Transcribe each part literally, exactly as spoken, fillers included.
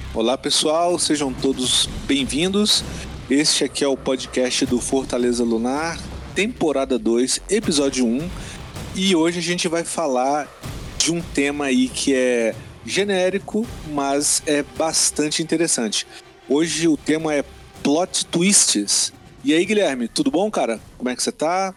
Olá pessoal, sejam todos bem-vindos. Este aqui é o podcast do Fortaleza Lunar, temporada dois, episódio um. E hoje a gente vai falar de um tema aí que é genérico, mas é bastante interessante. Hoje o tema é plot twists. E aí, Guilherme, tudo bom, cara? Como é que você tá?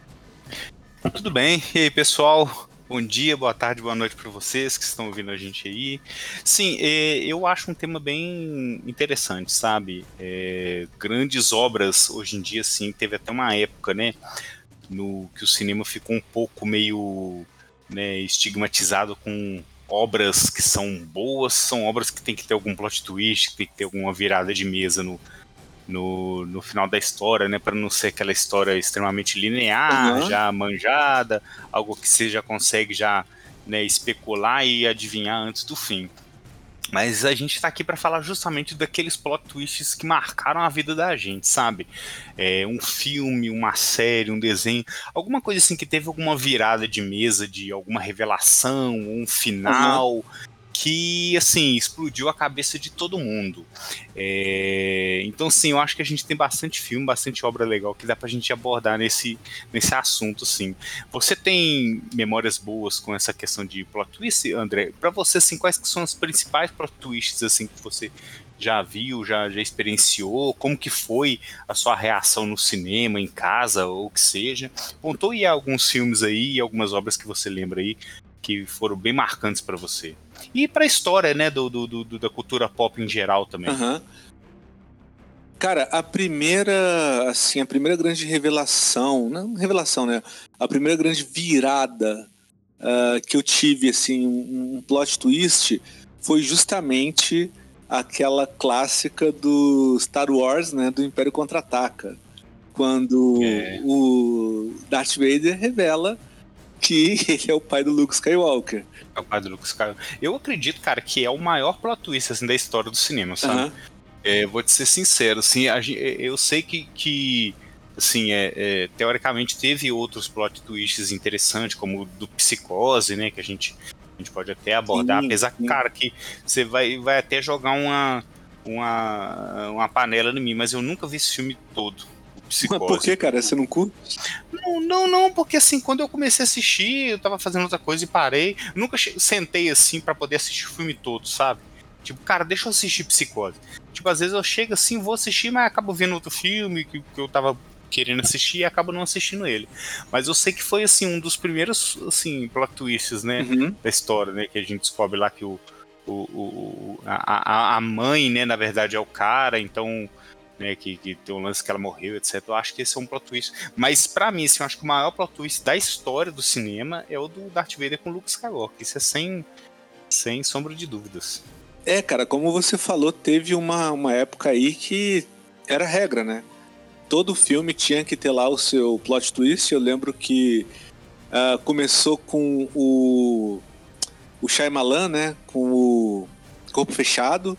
Tudo bem? E aí, pessoal? Bom dia, boa tarde, boa noite para vocês que estão ouvindo a gente aí. Sim, é, eu acho um tema bem interessante, sabe? É, grandes obras, hoje em dia, sim, teve até uma época, né, no que o cinema ficou um pouco meio, né, estigmatizado com obras que são boas, são obras que tem que ter algum plot twist, que tem que ter alguma virada de mesa no, no, no final da história, né, para não ser aquela história extremamente linear, Aham. já manjada, algo que você já consegue já, né, especular e adivinhar antes do fim. Mas a gente está aqui para falar justamente daqueles plot twists que marcaram a vida da gente, sabe? É, um filme, uma série, um desenho, alguma coisa assim que teve alguma virada de mesa, de alguma revelação, um Aham. final que, assim, explodiu a cabeça de todo mundo. É, então, sim, eu acho que a gente tem bastante filme, bastante obra legal que dá pra gente abordar nesse, nesse assunto, sim. Você tem memórias boas com essa questão de plot twist, André? Pra você, assim, quais que são os principais plot twists, assim, que você já viu, já, já experienciou? Como que foi a sua reação no cinema, em casa, ou o que seja? Contou aí alguns filmes aí e algumas obras que você lembra aí que foram bem marcantes pra você. E pra história, né, do, do, do- da cultura pop em geral também. Aham. Cara, a primeira, assim, a primeira grande revelação, não revelação, né? A primeira grande virada ah, que eu tive, assim, um, um plot twist, foi justamente aquela clássica do Star Wars, né? Do Império Contra-Ataca. Quando É, o Darth Vader revela que ele é o pai do Luke Skywalker. é o pai do Luke Skywalker. Eu acredito, cara, que é o maior plot twist assim, da história do cinema, sabe? Aham. É, vou te ser sincero, assim, a gen- eu sei que, que assim, é, é, teoricamente teve outros plot twists interessantes, como o do Psicose, né, que a gente, a gente pode até abordar, Sim, apesar que, sim. cara, que você vai, vai até jogar uma, uma, uma panela em mim, mas eu nunca vi esse filme todo, o Mas por Psicose. que, cara? Você não curte? Não, não, não, porque assim, quando eu comecei a assistir, eu tava fazendo outra coisa e parei. Nunca che- sentei assim pra poder assistir o filme todo, sabe? Tipo, cara, deixa eu assistir Psicose. Tipo, às vezes eu chego assim, vou assistir, mas acabo vendo outro filme que, que eu tava querendo assistir e acabo não assistindo ele. Mas eu sei que foi assim um dos primeiros assim plot twists, né, Uhum. da história, né, que a gente descobre lá que o, o, o a, a a mãe, né, na verdade é o cara, então, né, que, que tem um lance que ela morreu, etcétera. Eu acho que esse é um plot twist. Mas pra mim, assim, eu acho que o maior plot twist da história do cinema é o do Darth Vader com o Luke Skywalker. Isso é sem, sem sombra de dúvidas. É, cara, como você falou, teve uma, uma época aí que era regra, né? Todo filme tinha que ter lá o seu plot twist. Eu lembro que ah, começou com o, o Shyamalan, né? Com o Corpo Fechado.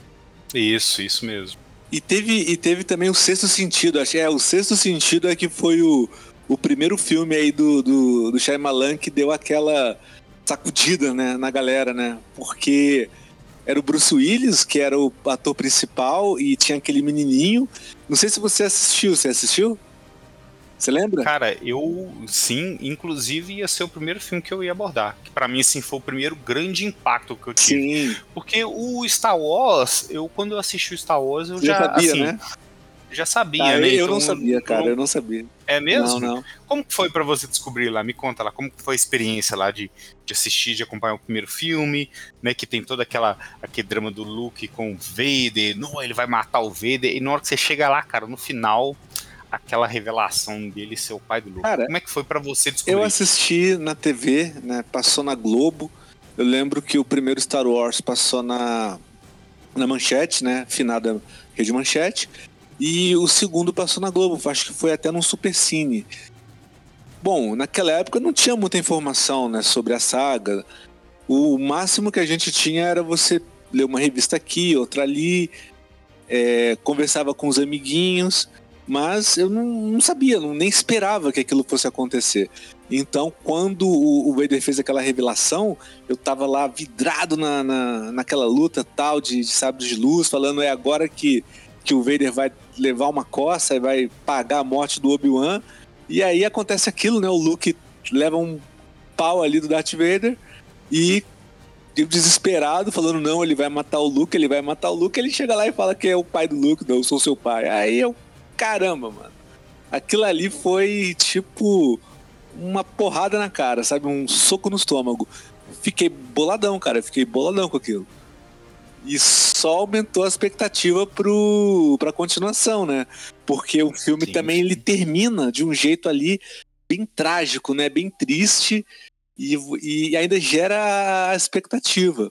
Isso, isso mesmo. E teve, e teve também o Sexto Sentido. Acho que é, o Sexto Sentido é que foi o, o primeiro filme aí do, do, do Shyamalan que deu aquela sacudida, né, na galera, né? Porque era o Bruce Willis, que era o ator principal, e tinha aquele menininho. Não sei se você assistiu. Você assistiu? Você lembra? Cara, eu sim, inclusive ia ser o primeiro filme que eu ia abordar. Que pra mim, assim, foi o primeiro grande impacto que eu tive. Sim. Porque o Star Wars, eu quando eu assisti o Star Wars, eu Você já já, sabia, assim, né? já Ah, sabia, eu né? eu não Então eu sabia, cara. Eu não. não sabia. É Não, mesmo? não. Como que foi pra você descobrir lá? Me conta lá, como que foi a experiência lá de, de assistir, de acompanhar o primeiro filme, né? Que tem toda aquela aquele drama do Luke com o Vader, não, ele vai matar o Vader, e na hora que você chega lá, cara, no final, aquela revelação dele ser o pai do Luke. Cara, Como é que foi pra você eu descobrir? assisti na T V, né? Passou na Globo. Eu lembro que o primeiro Star Wars passou na, na Manchete, né? Finada Rede Manchete. E o segundo passou na Globo. Acho que foi até num Supercine. Bom, naquela época não tinha muita informação, né, sobre a saga. O máximo que a gente tinha era você ler uma revista aqui, outra ali, é, conversava com os amiguinhos. mas eu não, não sabia, não, nem esperava que aquilo fosse acontecer. Então, quando o, o Vader fez aquela revelação, eu tava lá vidrado na, na, naquela luta tal de, de sabre de luz, falando, é agora que, que o Vader vai levar uma coça e vai pagar a morte do Obi-Wan. E aí acontece aquilo, né? O Luke leva um pau ali do Darth Vader e, desesperado, falando, não, ele vai matar o Luke, ele vai matar o Luke. Ele chega lá e fala que é o pai do Luke, não, eu sou seu pai. Aí eu, caramba, mano. Aquilo ali foi, tipo, uma porrada na cara, sabe? Um soco no estômago. Fiquei boladão, cara. Fiquei boladão com aquilo. E só aumentou a expectativa pro, pra continuação, né? Porque o filme Sim, também, sim. ele termina de um jeito ali bem trágico, né? Bem triste e, e ainda gera a expectativa.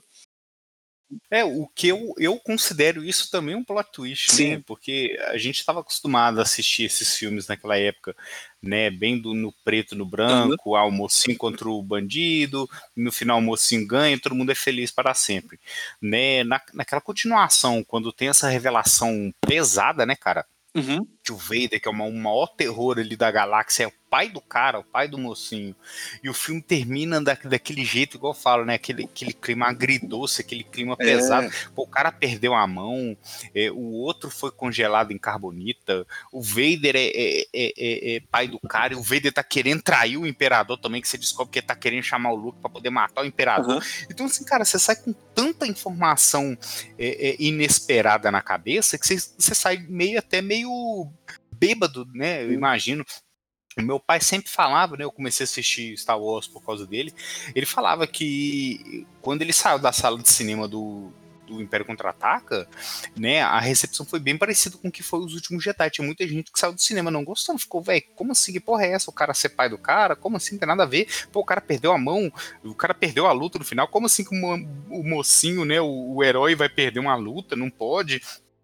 É, o que eu, eu considero isso também um plot twist, Sim. né? Porque a gente estava acostumado a assistir esses filmes naquela época, né? Bem do, no preto, no branco, Uhum. ah, o mocinho contra o bandido, no final o mocinho ganha, todo mundo é feliz para sempre, né? Na, naquela continuação, quando tem essa revelação pesada, né, cara? Uhum. Que o Vader, que é uma- o maior terror ali da galáxia, é o pai do cara, o pai do mocinho. E o filme termina da, daquele jeito, igual eu falo, né? Aquele, aquele clima agridoce, aquele clima pesado. É. Pô, o cara perdeu a mão, é, o outro foi congelado em carbonita, o Vader é, é- é- é- é pai do cara, e o Vader tá querendo trair o Imperador também, que você descobre que ele tá querendo chamar o Luke pra poder matar o Imperador. Uhum. Então, assim, cara, você sai com tanta informação é, é, inesperada na cabeça que você, você sai meio até meio bêbado, né? Eu imagino. O meu pai sempre falava, né? Eu comecei a assistir Star Wars por causa dele. Ele falava que quando ele saiu da sala de cinema do, do Império Contra-Ataca, né? A recepção foi bem parecida com o que foi Os Últimos Jedi. Tinha muita gente que saiu do cinema não gostando. Ficou, velho, como assim? Que porra é essa? O cara ser pai do cara? Como assim? Não tem nada a ver. Pô, o cara perdeu a mão, o cara perdeu a luta no final. Como assim que o, mo- o mocinho, né? O, o herói vai perder uma luta? Não pode.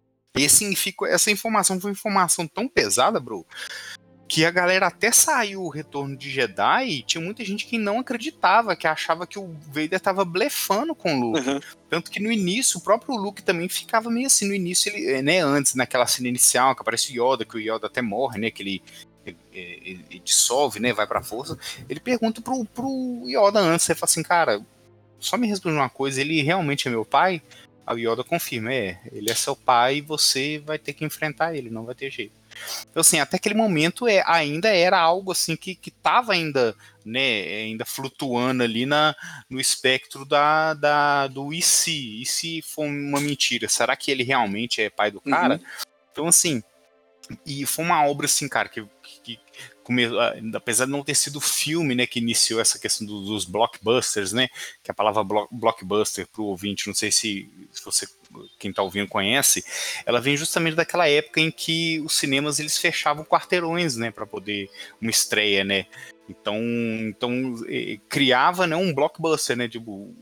E assim, ficou, essa informação foi informação tão pesada, bro, que a galera até saiu o Retorno de Jedi e tinha muita gente que não acreditava, que achava que o Vader tava blefando com o Luke. Uhum. Tanto que no início, o próprio Luke também ficava meio assim, no início, ele, né, antes, naquela cena inicial, que aparece o Yoda, que o Yoda até morre, né, que ele, ele, ele- ele dissolve, né, vai pra força, ele pergunta pro, pro Yoda antes, ele fala assim, cara, só me responde uma coisa, ele realmente é meu pai? Aí o Yoda confirma, é, ele é seu pai e você vai ter que enfrentar ele, não vai ter jeito. Então, assim, até aquele momento é, ainda era algo assim que, que tava ainda, né, ainda flutuando ali na, no espectro da, da, do e se? E se for uma mentira? Será que ele realmente é pai do cara? Uhum. Então, assim, e foi uma obra assim, cara, que, que, que come, apesar de não ter sido o filme, né, que iniciou essa questão do, dos blockbusters, né, que a palavra blo blockbuster para o ouvinte, não sei se, se você, quem está ouvindo conhece, ela vem justamente daquela época em que os cinemas eles fechavam quarteirões, né, para poder uma estreia, né. Então, então eh, criava, né, um blockbuster, né, tipo,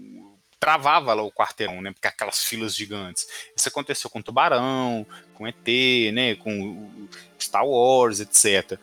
travava lá o quarteirão, né? Porque aquelas filas gigantes. Isso aconteceu com Tubarão, com E T, né? Com Star Wars, etcétera.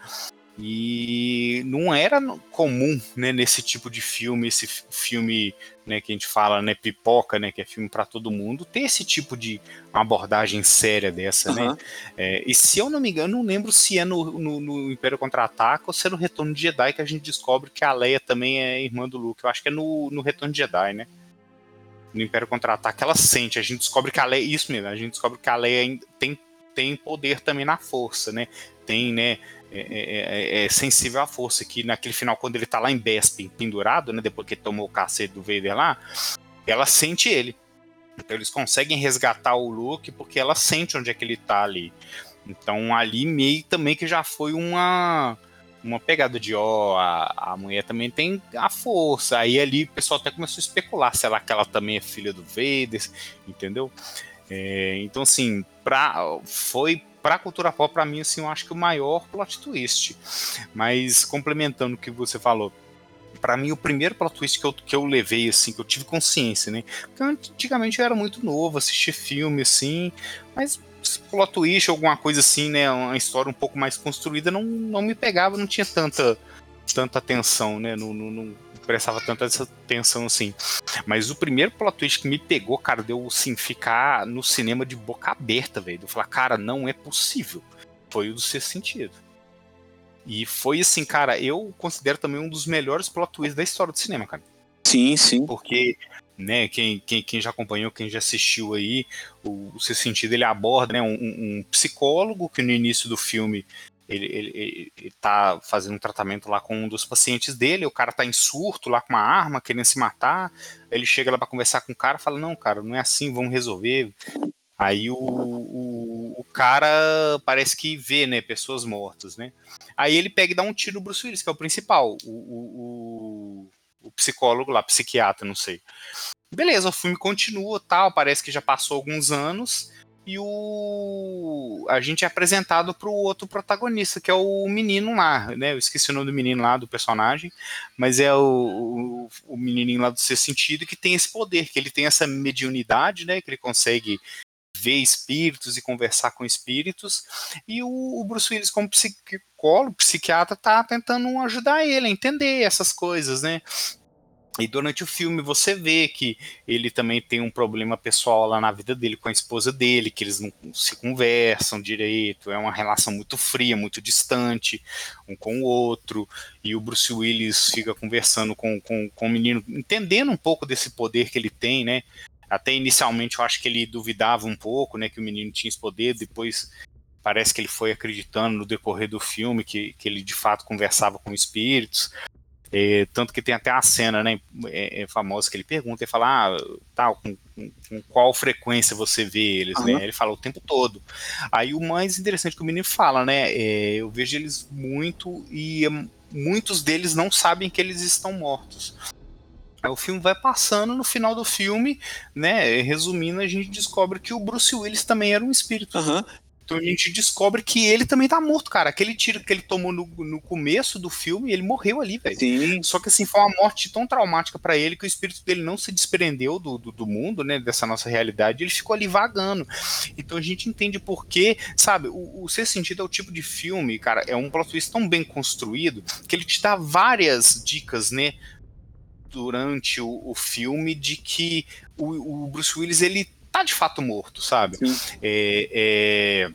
E não era comum, né, nesse tipo de filme, esse filme, né, que a gente fala, né, pipoca, né, que é filme para todo mundo, ter esse tipo de abordagem séria dessa, né? Uhum. É, e se eu não me engano, não lembro se é no, no, no Império Contra-Ataca ou se é no Retorno de Jedi que a gente descobre que a Leia também é irmã do Luke. Eu acho que é no, no Retorno de Jedi, né? No Império Contra-Ataque, ela sente, a gente descobre que a Leia, isso mesmo, a gente descobre que a Leia tem, tem poder também na força, né, tem, né, é, é, é, é sensível à força, que naquele final, quando ele tá lá em Bespin, pendurado, né, depois que ele tomou o cacete do Vader lá, ela sente ele, então eles conseguem resgatar o Luke, porque ela sente onde é que ele tá ali, então ali meio também que já foi uma... uma pegada de, ó, a, a mulher também tem a força. Aí ali o pessoal até começou a especular se ela, que ela também é filha do Vader, entendeu? É, então, assim, pra, foi pra cultura pop, pra mim, assim, eu acho que o maior plot twist. Mas, complementando o que você falou, pra mim, o primeiro plot twist que eu, que eu levei, assim, que eu tive consciência, né? Porque antigamente eu era muito novo, assistia filme, assim, mas plot twist, alguma coisa assim, né? Uma história um pouco mais construída, não, não me pegava, não tinha tanta, tanta atenção, né? Não, não, não prestava tanta essa atenção assim. Mas o primeiro plot twist que me pegou, cara, deu assim, ficar no cinema de boca aberta, velho. Eu falar, cara, não é possível. foi o do Sexto Sentido. E foi assim, cara, eu considero também um dos melhores plot twists da história do cinema, cara. Sim, sim. Porque, né, quem, quem, quem já acompanhou, quem já assistiu aí, o, o Sexto Sentido, ele aborda, né, um, um psicólogo que no início do filme ele, ele, ele, ele tá fazendo um tratamento lá com um dos pacientes dele, o cara tá em surto lá com uma arma, querendo se matar, ele chega lá pra conversar com o cara e fala, não, cara, não é assim, vamos resolver. Aí o, o, o cara parece que vê, né, pessoas mortas, né? Aí ele pega e dá um tiro no Bruce Willis, que é o principal, o, o, o, o psicólogo lá, psiquiatra, não sei. Beleza, o filme continua, tal, parece que já passou alguns anos, e o a gente é apresentado pro outro protagonista, que é o menino lá, né? Eu esqueci o nome do menino lá, do personagem, mas é o, o, o menininho lá do Sexto Sentido que tem esse poder, que ele tem essa mediunidade, né? Que ele consegue ver espíritos e conversar com espíritos, e o, o Bruce Willis, como psicólogo, psiquiatra, tá tentando ajudar ele a entender essas coisas, né? E durante o filme você vê que ele também tem um problema pessoal lá na vida dele com a esposa dele, que eles não se conversam direito, é uma relação muito fria, muito distante um com o outro, e o Bruce Willis fica conversando com, com, com o menino, entendendo um pouco desse poder que ele tem, né? Até inicialmente eu acho que ele duvidava um pouco, né, que o menino tinha esse poder, depois parece que ele foi acreditando no decorrer do filme que, que ele de fato conversava com espíritos. É, tanto que tem até a cena, né, é, é famosa, que ele pergunta, ele fala, ah, tá, com, com, com qual frequência você vê eles, uhum. né? Ele fala o tempo todo. Aí o mais interessante que o menino fala, né, é, eu vejo eles muito e muitos deles não sabem que eles estão mortos. Aí o filme vai passando, no final do filme, né, resumindo, a gente descobre que o Bruce Willis também era um espírito. Uhum. Então a gente descobre que ele também tá morto, cara. Aquele tiro que ele tomou no, no começo do filme, ele morreu ali, velho. Sim. Só que assim, foi uma morte tão traumática pra ele que o espírito dele não se desprendeu do, do, do mundo, né, dessa nossa realidade, ele ficou ali vagando. Então a gente entende por quê, sabe, o, o Sexto Sentido é o tipo de filme, cara, é um plot twist tão bem construído que ele te dá várias dicas, né, durante o, o filme, de que o, o Bruce Willis, ele tá de fato morto, sabe? É, é,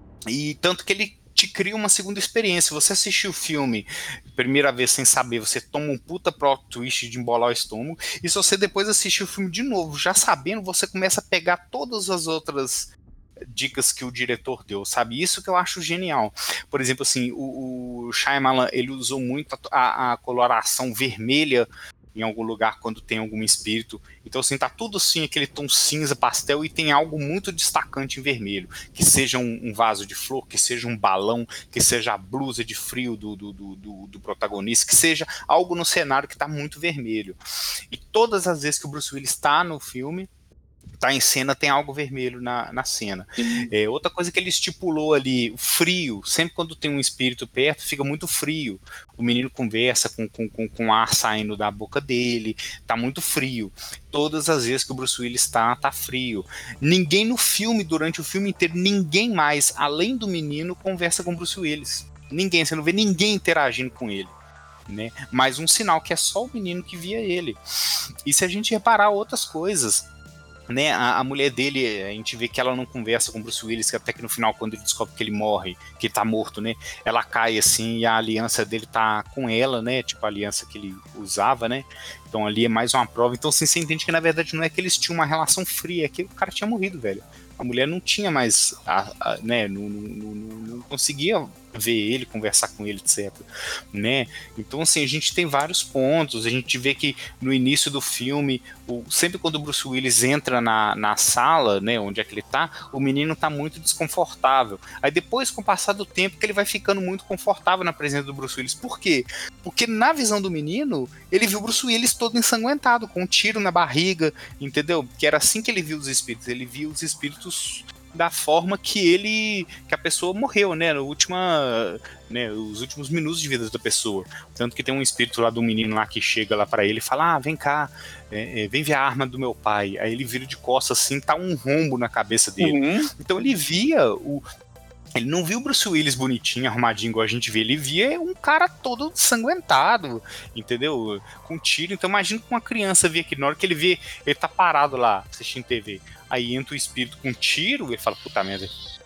e tanto que ele te cria uma segunda experiência. Você assistiu o filme primeira vez sem saber, você toma um puta plot twist de embolar o estômago, e se você depois assistir o filme de novo, já sabendo, você começa a pegar todas as outras dicas que o diretor deu, sabe? Isso que eu acho genial. Por exemplo, assim, o, o Shyamalan, ele usou muito a, a coloração vermelha em algum lugar quando tem algum espírito. Então, assim, tá tudo assim, aquele tom cinza, pastel, e tem algo muito destacante em vermelho. Que seja um, um vaso de flor, que seja um balão, que seja a blusa de frio do, do, do, do protagonista, que seja algo no cenário que tá muito vermelho. E todas as vezes que o Bruce Willis tá no filme, tá em cena, tem algo vermelho na, na cena. É, outra coisa que ele estipulou ali, o frio. Sempre quando tem um espírito perto, fica muito frio. O menino conversa com, com, com, com ar saindo da boca dele, tá muito frio. Todas as vezes que o Bruce Willis tá, tá frio. Ninguém no filme, durante o filme inteiro, ninguém mais, além do menino, conversa com o Bruce Willis. Ninguém, você não vê ninguém interagindo com ele. Né? Mais um sinal que é só o menino que via ele. E se a gente reparar outras coisas, né, a, a mulher dele, a gente vê que ela não conversa com o Bruce Willis, que até que no final, quando ele descobre que ele morre, que ele tá morto, né, ela cai assim, e a aliança dele tá com ela, né, tipo a aliança que ele usava, né, então ali é mais uma prova. Então assim, você entende que na verdade não é que eles tinham uma relação fria, é que o cara tinha morrido, velho. A mulher não tinha mais, a, a, né, não, não, não, não conseguia ver ele, conversar com ele, etcétera. Né? Então, assim, a gente tem vários pontos. A gente vê que no início do filme, o, sempre quando o Bruce Willis entra na, na sala, né, onde é que ele tá, o menino tá muito desconfortável. Aí depois, com o passar do tempo, que ele vai ficando muito confortável na presença do Bruce Willis. Por quê? Porque na visão do menino, ele viu o Bruce Willis todo ensanguentado, com um tiro na barriga, entendeu? Que era assim que ele viu os espíritos. Ele viu os espíritos da forma que ele, que a pessoa morreu, né, no última, né, os últimos minutos de vida da pessoa. Tanto que tem um espírito lá do menino lá que chega lá pra ele e fala, ah, vem cá, é, é, vem ver a arma do meu pai. Aí ele vira de costas assim, tá um rombo na cabeça dele. Uhum. Então ele via o... Ele não viu o Bruce Willis bonitinho, arrumadinho, igual a gente vê. Ele via um cara todo sanguentado, entendeu? Com tiro. Então imagina que uma criança vê aqui, na hora que ele vê, ele tá parado lá, assistindo T V. Aí entra o espírito com tiro, ele fala, puta merda.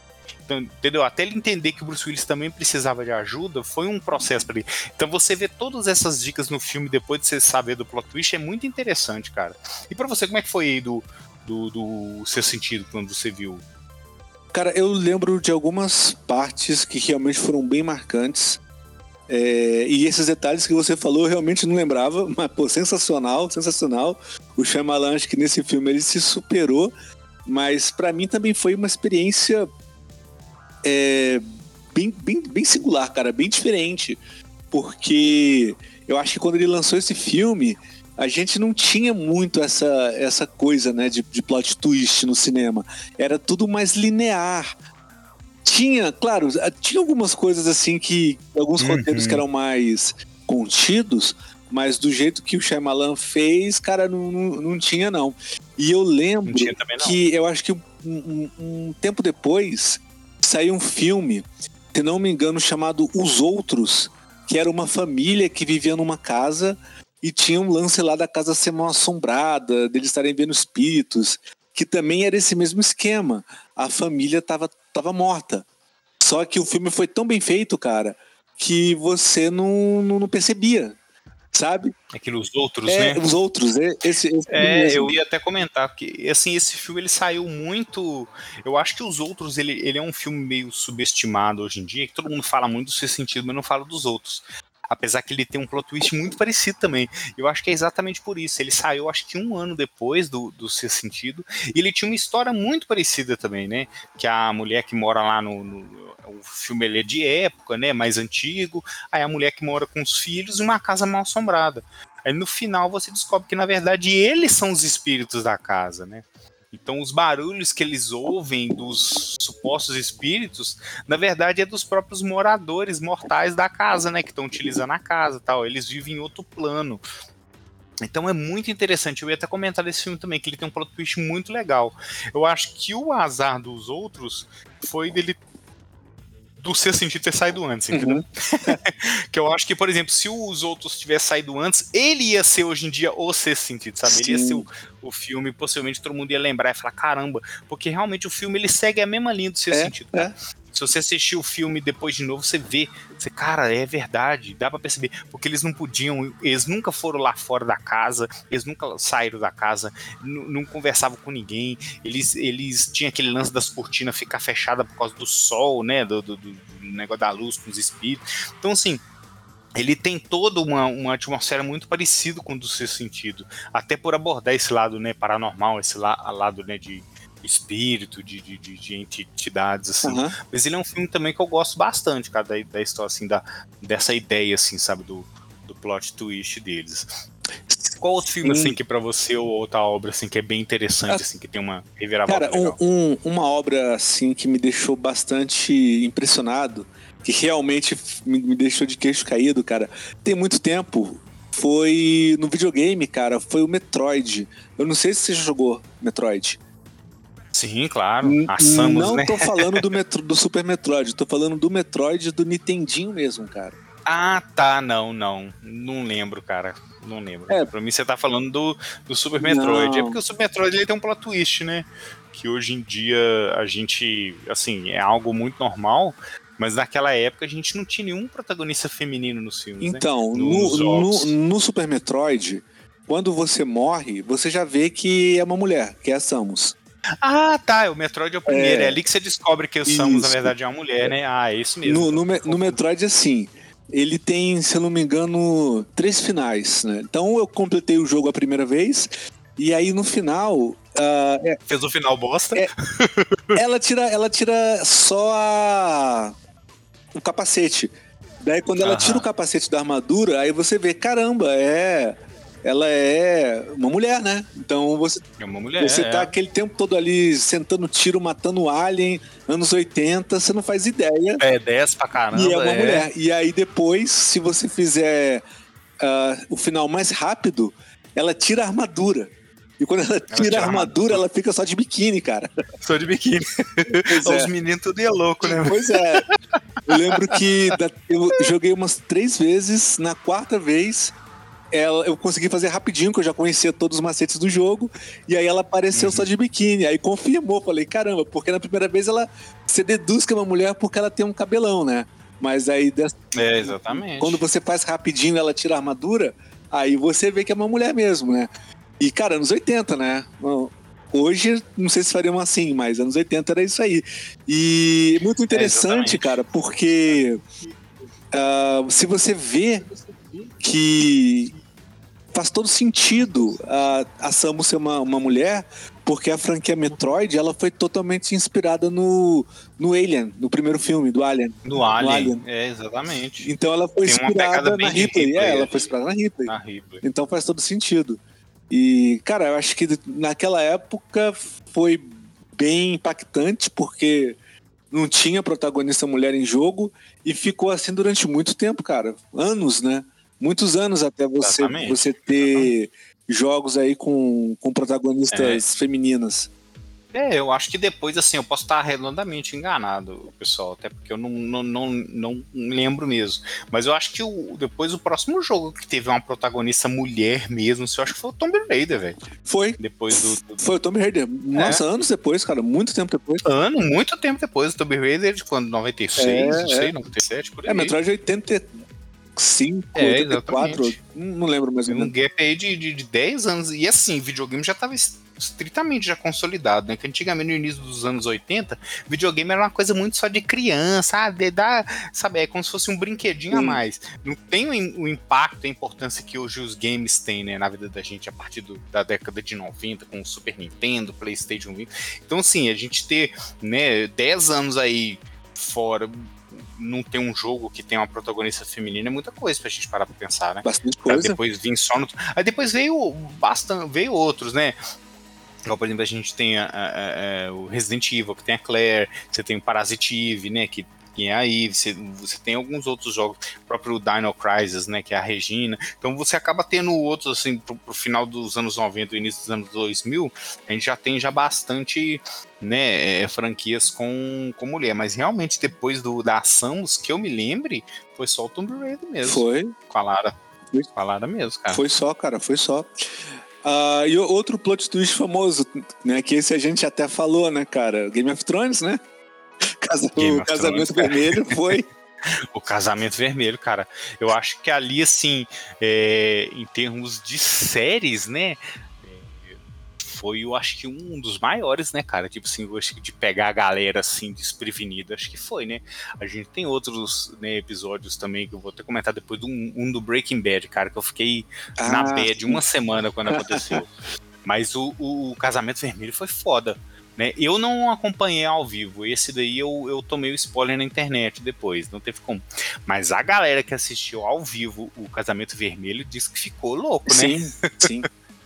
entendeu? Até ele entender que o Bruce Willis também precisava de ajuda, foi um processo para ele. Então você vê todas essas dicas no filme depois de você saber do plot twist, é muito interessante, cara. E para você, como é que foi aí do, do, do seu sentido quando você viu? Cara, eu lembro de algumas partes que realmente foram bem marcantes. É, e esses detalhes que você falou eu realmente não lembrava, mas pô, sensacional, sensacional. O Shyamalan, acho que nesse filme ele se superou, mas pra mim também foi uma experiência é, bem, bem, bem singular, cara, bem diferente, porque eu acho que quando ele lançou esse filme, a gente não tinha muito essa, essa coisa, né, de, de plot twist no cinema, era tudo mais linear. Tinha, claro, tinha algumas coisas assim que... Alguns Uhum. roteiros que eram mais contidos, mas do jeito que o Shyamalan fez, cara, não, não, não tinha, não. E eu lembro Não tinha também, não. que eu acho que um, um, um tempo depois saiu um filme, se não me engano, chamado Os Outros, que era uma família que vivia numa casa e tinha um lance lá da casa ser mal assombrada, deles estarem vendo espíritos, que também era esse mesmo esquema. A família tava, tava morta. Só que o filme foi tão bem feito, cara, que você não, não, não percebia, sabe? Aqueles outros, é, né? Os Outros, é, esse, esse É, mesmo. eu ia até comentar, porque assim, esse filme ele saiu muito. Eu acho que Os Outros, ele, ele é um filme meio subestimado hoje em dia, que todo mundo fala muito do seu sentido, mas não fala dos outros. Apesar que ele tem um plot twist muito parecido também. Eu acho que é exatamente por isso. Ele saiu, acho que um ano depois do, do Sexto Sentido. E ele tinha uma história muito parecida também, né? Que a mulher que mora lá no... no o filme ele é de época, né? Mais antigo. Aí a mulher que mora com os filhos em uma casa mal assombrada. Aí no final você descobre que, na verdade, eles são os espíritos da casa, né? Então os barulhos que eles ouvem dos supostos espíritos, na verdade é dos próprios moradores mortais da casa, né, que estão utilizando a casa, tal. Eles vivem em outro plano. Então é muito interessante. Eu ia até comentar desse filme também, que ele tem um plot twist muito legal. Eu acho que o azar dos outros foi dele do Sexto Sentido ter saído antes, entendeu? Uhum. Que eu acho que, por exemplo, se os outros tivessem saído antes, ele ia ser hoje em dia o Sexto Sentido, sabe? Sim. Ele ia ser o, o filme, possivelmente todo mundo ia lembrar e falar, caramba, porque realmente o filme ele segue a mesma linha do Sexto é, Sentido, cara. É. Se você assistir o filme depois de novo, você vê, você, cara, é verdade, dá pra perceber, porque eles não podiam, eles nunca foram lá fora da casa, eles nunca saíram da casa, n- não conversavam com ninguém, eles, eles tinham aquele lance das cortinas ficar fechada por causa do sol, né, do, do, do negócio da luz com os espíritos. Então, assim, ele tem toda uma, uma atmosfera muito parecida com o do Sexto Sentido, até por abordar esse lado, né, paranormal, esse la, lado, né, de espírito, de, de, de entidades, assim. Uhum. Mas ele é um filme também que eu gosto bastante, cara, da, da história, assim, da, dessa ideia, assim, sabe, do, do plot twist deles. Qual outro filme, Sim. assim, que pra você, ou outra obra, assim, que é bem interessante, assim, que tem uma reviravolta Cara, legal? Um, um, uma obra, assim, que me deixou bastante impressionado, que realmente me, me deixou de queixo caído, cara, tem muito tempo, foi no videogame, cara, foi o Metroid. Eu não sei se você já jogou Metroid. Sim, claro. A Samus, Não né? tô falando do, metro, do Super Metroid, tô falando do Metroid do Nintendinho mesmo, cara. Ah, tá, não, não. Não lembro, cara. Não lembro. É. Pra mim você tá falando do, do Super Metroid. Não. É porque o Super Metroid ele tem um plot twist, né? Que hoje em dia a gente, assim, é algo muito normal, mas naquela época a gente não tinha nenhum protagonista feminino nos filmes, então, né? No, no, no Super Metroid, quando você morre, você já vê que é uma mulher, que é a Samus. Ah, tá, o Metroid é o primeiro, é, é ali que você descobre que o Samus, na verdade, é uma mulher, né? Ah, é isso mesmo. No, no, no Metroid, assim, ele tem, se eu não me engano, três finais, né? Então eu completei o jogo a primeira vez, e aí no final... Uh, é, Fez o final bosta? É, ela, tira, ela tira só a, o capacete. Daí quando ela uh-huh. tira o capacete da armadura, aí você vê, caramba, é... ela é uma mulher, né? Então você, é uma mulher, você tá é. aquele tempo todo ali sentando tiro, matando alien, anos oitenta, você não faz ideia. É, dez pra caramba. E é uma é. mulher. E aí depois, se você fizer uh, o final mais rápido, ela tira a armadura. E quando ela tira, ela tira a armadura, ela fica só de biquíni, cara. Só de biquíni. É. Os meninos tudo é louco, né? Pois é. Eu lembro que eu joguei umas três vezes, na quarta vez... ela, eu consegui fazer rapidinho, que eu já conhecia todos os macetes do jogo, e aí ela apareceu uhum. só de biquíni, aí confirmou, falei, caramba, porque na primeira vez ela se deduz que é uma mulher porque ela tem um cabelão, né? Mas aí, dessa, é, exatamente. Quando você faz rapidinho ela tira a armadura, aí você vê que é uma mulher mesmo, né? E, cara, anos oitenta, né? Hoje, não sei se fariam assim, mas anos oitenta era isso aí. E muito interessante, é, cara, porque uh, se você vê que faz todo sentido uh, a Samus ser uma, uma mulher, porque a franquia Metroid, ela foi totalmente inspirada no, no Alien, no primeiro filme do Alien. No Alien, no Alien. É, exatamente. Então ela foi Tem inspirada na Ripley. Ripley. É, ela foi inspirada na Ripley. Na Ripley. Então faz todo sentido. E, cara, eu acho que naquela época foi bem impactante, porque não tinha protagonista mulher em jogo e ficou assim durante muito tempo, cara. Anos, né? Muitos anos até você, você ter Exatamente. jogos aí com, com protagonistas é. femininas. É, eu acho que depois, assim, eu posso estar redondamente enganado, pessoal, até porque eu não, não, não, não lembro mesmo. Mas eu acho que o, depois o próximo jogo que teve uma protagonista mulher mesmo, eu acho que foi o Tomb Raider, velho. Foi. Depois do, do... Foi o Tomb Raider. Nossa, é. anos depois, cara, muito tempo depois. Ano, muito tempo depois. O Tomb Raider de quando? noventa e seis, é, não sei, é. noventa e sete, por aí. É, Metroid oitenta e cinco, é, oitenta e quatro, não lembro mais ou menos. Um gap aí de, de, de dez anos. E assim, videogame já tava estritamente já consolidado, né? Que antigamente, no início dos anos oitenta, videogame era uma coisa muito só de criança, ah, de dar, sabe, é como se fosse um brinquedinho hum. a mais. Não tem o, o impacto e a importância que hoje os games têm, né, na vida da gente a partir do, da década de noventa, com o Super Nintendo, PlayStation vinte. Então, assim, a gente ter, né, dez anos aí fora, não ter um jogo que tem uma protagonista feminina é muita coisa pra gente parar pra pensar, né? Bastante coisa. Pra depois vir só no... Aí depois veio bastante, veio outros, né? Igual, por exemplo, a gente tem a, a, a, o Resident Evil, que tem a Claire, você tem o Parasite Eve, né, que, que é aí, você, você tem alguns outros jogos, o próprio Dino Crisis, né, que é a Regina. Então você acaba tendo outros, assim, pro, pro final dos anos noventa e início dos anos dois mil, a gente já tem já bastante, né, é, franquias com, com mulher. Mas realmente, depois do, da Samus, que eu me lembre, foi só o Tomb Raider mesmo. Foi. Com a Lara. Foi. Com a Lara mesmo, cara. Foi só, cara, foi só. Uh, e outro plot twist famoso, né? Que esse a gente até falou, né, cara? Game of Thrones, né? Casa, Game o Casamento Thrones, Vermelho foi. O Casamento Vermelho, cara. Eu acho que ali, assim, é, em termos de séries, né? Foi, eu acho que um dos maiores, né, cara? Tipo assim, eu acho que de pegar a galera, assim, desprevenida, acho que foi, né? A gente tem outros, né, episódios também, que eu vou até comentar depois, um, um do Breaking Bad, cara, que eu fiquei ah, na bad uma semana quando aconteceu. Mas o, o, o Casamento Vermelho foi foda, né? Eu não acompanhei ao vivo, esse daí eu, eu tomei o spoiler na internet depois, não teve como. Mas a galera que assistiu ao vivo o Casamento Vermelho disse que ficou louco, né? Sim, sim.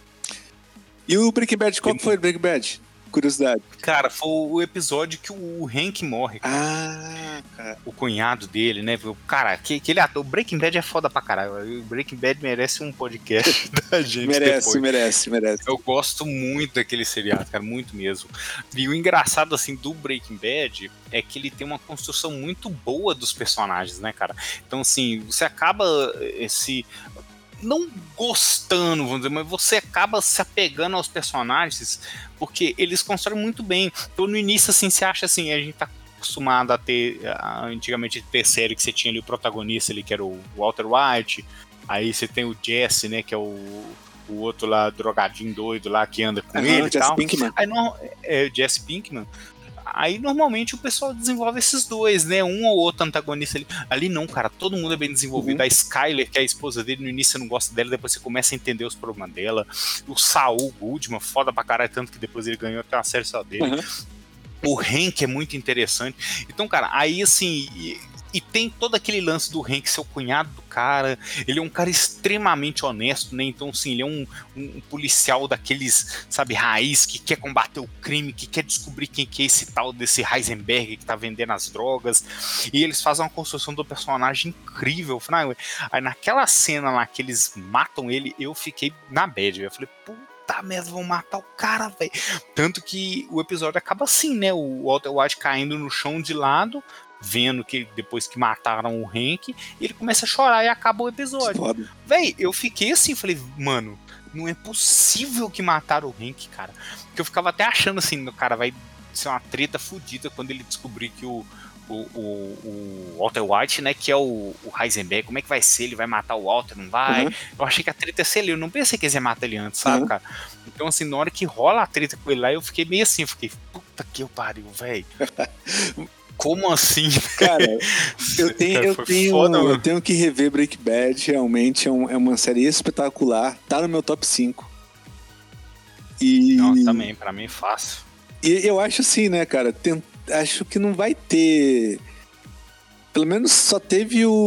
E o Breaking Bad, qual foi o Breaking Bad? Curiosidade. Cara, foi o episódio que o Hank morre. Cara. Ah, cara. O cunhado dele, né? Cara, que, aquele ator. O Breaking Bad é foda pra caralho. O Breaking Bad merece um podcast da gente. Merece, depois. merece, merece. Eu gosto muito daquele seriado, cara, muito mesmo. E o engraçado, assim, do Breaking Bad é que ele tem uma construção muito boa dos personagens, né, cara? Então, assim, você acaba esse. Não gostando, vamos dizer, mas você acaba se apegando aos personagens porque eles constroem muito bem. Então no início, assim, você acha assim, a gente tá acostumado a ter, a, antigamente ter série que você tinha ali o protagonista ali, que era o Walter White, aí você tem o Jesse, né, que é o, o outro lá, drogadinho doido lá, que anda com uhum, ele e Jesse tal. Pinkman. Aí não, é o Jesse Pinkman. Aí normalmente o pessoal desenvolve esses dois, né? Um ou outro antagonista ali. Ali não, cara, todo mundo é bem desenvolvido. Uhum. A Skyler, que é a esposa dele, no início você não gosta dela, depois você começa a entender os problemas dela. O Saul Goodman, foda pra caralho, tanto que depois ele ganhou até uma série só dele. Uhum. O Hank é muito interessante. Então, cara, aí assim. E, e tem todo aquele lance do Hank ser o cunhado do cara. Ele é um cara extremamente honesto, né? Então, assim, ele é um, um, um policial daqueles, sabe, raiz, que quer combater o crime, que quer descobrir quem que é esse tal desse Heisenberg que tá vendendo as drogas. E eles fazem uma construção do personagem incrível. Aí naquela cena lá que eles matam ele, eu fiquei na bad. Eu falei, puta merda, vão matar o cara, velho. Tanto que o episódio acaba assim, né? O Walter White caindo no chão de lado, vendo que depois que mataram o Hank, ele começa a chorar e acaba o episódio. Foda. Véi, eu fiquei assim, falei, mano, não é possível que mataram o Hank, cara. Porque eu ficava até achando assim, o cara vai ser uma treta fodida quando ele descobrir que o, o, o, o Walter White, né, que é o, o Heisenberg, como é que vai ser? Ele vai matar o Walter, não vai? Uhum. Eu achei que a treta ia ser ele, eu não pensei que eles iam matar ele antes, sabe, uhum. cara? Então, assim, na hora que rola a treta com ele lá, eu fiquei meio assim, eu fiquei, puta que eu pariu, velho. Como assim? Cara, eu tenho, cara, eu, tenho foda, eu tenho que rever Breaking Bad, realmente é, um, é uma série espetacular, tá no meu top cinco. E... Não, também, pra mim é fácil. E eu acho assim, né, cara, tem, acho que não vai ter... Pelo menos só teve o,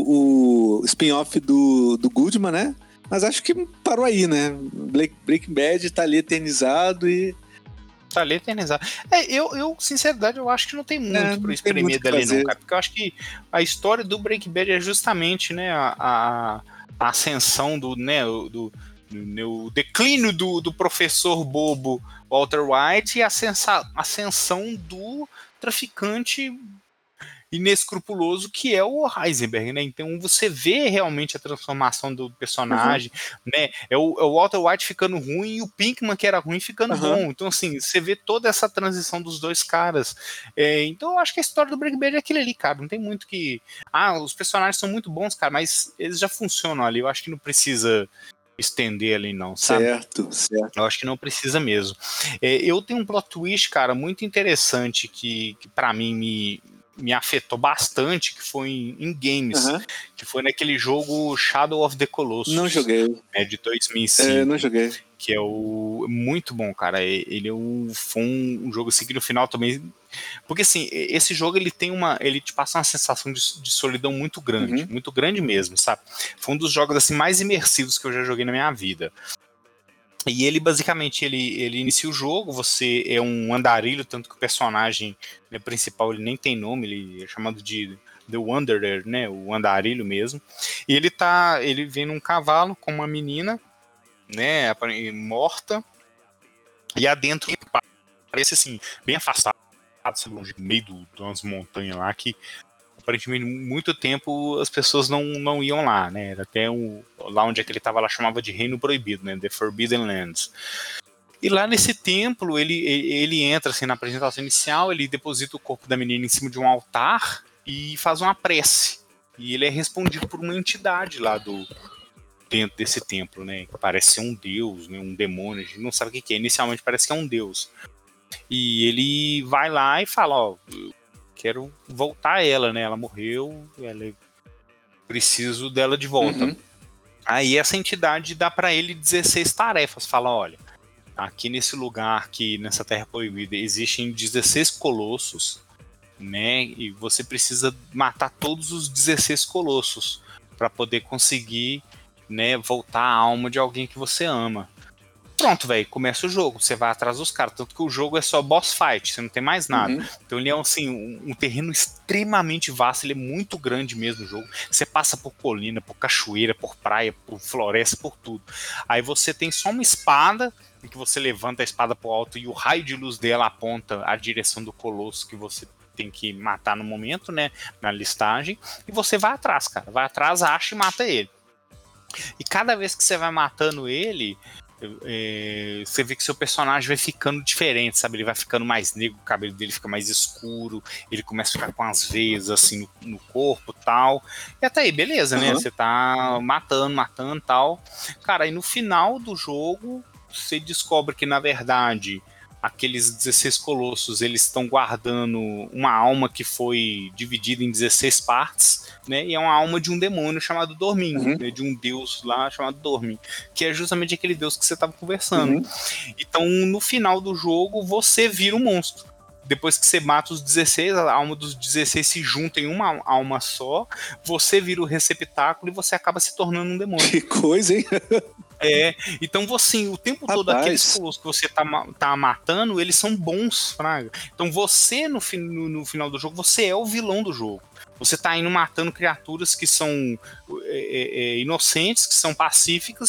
o spin-off do, do Goodman, né? Mas acho que parou aí, né? Breaking Bad tá ali eternizado e... Tá ali eternizado. É, eu, eu, sinceridade, eu acho que não tem muito é, pra espremer dali, não, cara. Porque eu acho que a história do Breaking Bad é justamente, né, a, a, a ascensão do, né, do, do, do o declínio do, do professor bobo Walter White e a ascensa, ascensão do traficante inescrupuloso que é o Heisenberg, né? Então você vê realmente a transformação do personagem, uhum. né? É o, é o Walter White ficando ruim e o Pinkman, que era ruim, ficando uhum. bom. Então, assim, você vê toda essa transição dos dois caras. É, então, eu acho que a história do Breaking Bad é aquele ali, cara. Não tem muito que... Ah, os personagens são muito bons, cara, mas eles já funcionam ali. Eu acho que não precisa estender ali, não, sabe? Certo, certo. Eu acho que não precisa mesmo. É, eu tenho um plot twist, cara, muito interessante que, que para mim me... me afetou bastante, que foi em, em games, uhum. que foi naquele jogo Shadow of the Colossus. Não joguei. É, de dois mil e cinco. É, não joguei. Que é o... muito bom, cara. Ele é um, foi um, um jogo assim que no final também... Porque assim, esse jogo ele tem uma... ele te passa uma sensação de, de solidão muito grande. Uhum. Muito grande mesmo, sabe? Foi um dos jogos assim mais imersivos que eu já joguei na minha vida. E ele, basicamente, ele, ele inicia o jogo, você é um andarilho, tanto que o personagem, né, principal ele nem tem nome, ele é chamado de The Wanderer, né, o andarilho mesmo. E ele tá, ele vem num cavalo com uma menina, né, morta, e adentro parece assim, bem afastado, no meio do, de umas montanhas lá, que aparentemente muito tempo as pessoas não, não iam lá, né? Até um, lá onde é que ele estava lá chamava de Reino Proibido, né? The Forbidden Lands. E lá nesse templo ele, ele, ele entra assim na apresentação inicial, ele deposita o corpo da menina em cima de um altar e faz uma prece. E ele é respondido por uma entidade lá do dentro desse templo, né? Que parece ser um deus, né? Um demônio, a gente não sabe o que, que é. Inicialmente parece que é um deus. E ele vai lá e fala, ó, quero voltar a ela, né? Ela morreu, ela preciso dela de volta. Uhum. Aí essa entidade dá para ele dezesseis tarefas. Fala, olha, aqui nesse lugar, aqui nessa terra proibida, existem dezesseis colossos, né? E você precisa matar todos os dezesseis colossos para poder conseguir, né, voltar a alma de alguém que você ama. Pronto, velho, começa o jogo, você vai atrás dos caras, tanto que o jogo é só boss fight, você não tem mais nada. Uhum. Então ele é assim, um, um terreno extremamente vasto, ele é muito grande mesmo o jogo. Você passa por colina, por cachoeira, por praia, por floresta, por tudo. Aí você tem só uma espada, em que você levanta a espada pro alto e o raio de luz dela aponta a direção do colosso que você tem que matar no momento, né, na listagem, e você vai atrás, cara, vai atrás, acha e mata ele. E cada vez que você vai matando ele, É, você vê que seu personagem vai ficando diferente, sabe? Ele vai ficando mais negro, o cabelo dele fica mais escuro, ele começa a ficar com as veias assim no, no corpo e tal. E até aí, beleza, uhum. né? Você tá matando, matando e tal. Cara, aí no final do jogo, você descobre que, na verdade, aqueles dezesseis colossos, eles estão guardando uma alma que foi dividida em dezesseis partes, né? E é uma alma de um demônio chamado Dormin, uhum. né? De um deus lá chamado Dormin, que é justamente aquele deus que você estava conversando. Uhum. Então, no final do jogo, você vira um monstro. Depois que você mata os dezesseis, a alma dos dezesseis se junta em uma alma só, você vira o receptáculo e você acaba se tornando um demônio. Que coisa, hein? É, então você, o tempo Rapaz. todo, aqueles colossos que você tá, tá matando, eles são bons, fraga. Então você, no, no, no final do jogo, você é o vilão do jogo. Você tá indo matando criaturas que são é, é, inocentes, que são pacíficas,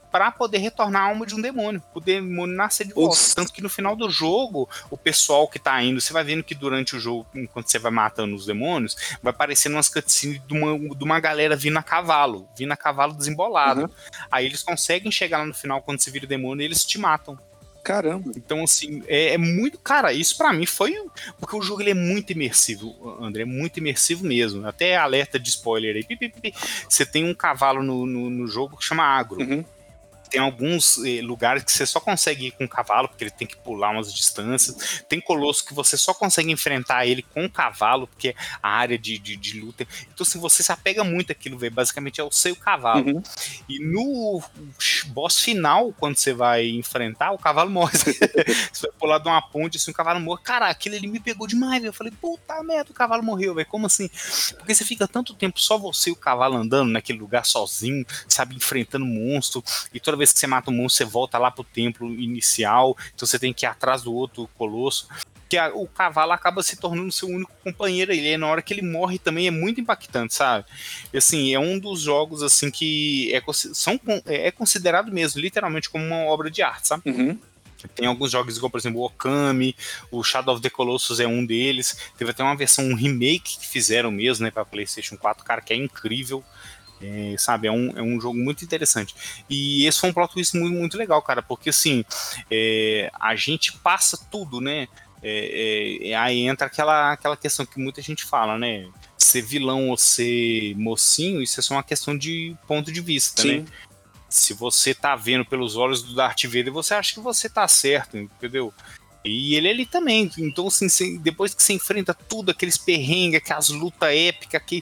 para poder retornar a alma de um demônio, o demônio nascer de volta. Os... Tanto que no final do jogo, o pessoal que tá indo, você vai vendo que durante o jogo, enquanto você vai matando os demônios, vai aparecendo umas cutscenes de uma, de uma galera vindo a cavalo, vindo a cavalo desembolado. Uhum. Aí eles conseguem chegar lá no final, quando você vira o demônio, e eles te matam. Caramba. Então, assim, é, é muito... Cara, isso pra mim foi... Porque o jogo ele é muito imersivo, André, é muito imersivo mesmo. Até alerta de spoiler aí. Pi, pi, pi. Você tem um cavalo no, no, no jogo que chama Agro. Uhum. Tem alguns eh, lugares que você só consegue ir com o cavalo, porque ele tem que pular umas distâncias. Tem colosso que você só consegue enfrentar ele com o cavalo, porque a área de, de, de luta... Então, se assim, você se apega muito àquilo, véio, basicamente é o seu cavalo. Uhum. E no boss final, quando você vai enfrentar, o cavalo morre. Você vai pular de uma ponte, assim, o cavalo morre. Cara, aquilo ali me pegou demais, véio. Eu falei, puta merda, o cavalo morreu, velho. Como assim? Porque você fica tanto tempo só você e o cavalo andando naquele lugar sozinho, sabe, enfrentando monstro, e toda vez que você mata um monstro, você volta lá pro templo inicial, então você tem que ir atrás do outro colosso, que a, o cavalo acaba se tornando seu único companheiro, ele, na hora que ele morre também é muito impactante, sabe? E, assim, é um dos jogos, assim, que é, são, é considerado mesmo, literalmente, como uma obra de arte, sabe? Uhum. Tem alguns jogos, igual, por exemplo, o Okami, o Shadow of the Colossus é um deles, teve até uma versão, um remake que fizeram mesmo, né, pra PlayStation quatro, cara, que é incrível. É, sabe, é um, é um jogo muito interessante. E esse foi um plot twist muito, muito legal, cara, porque assim, é, a gente passa tudo, né? É, é, aí entra aquela, aquela questão que muita gente fala, né? Ser vilão ou ser mocinho, isso é só uma questão de ponto de vista, Sim. né? Se você tá vendo pelos olhos do Darth Vader, você acha que você tá certo, entendeu? E ele ali também. Então, assim, depois que você enfrenta tudo, aqueles perrengues, aquelas lutas épicas que.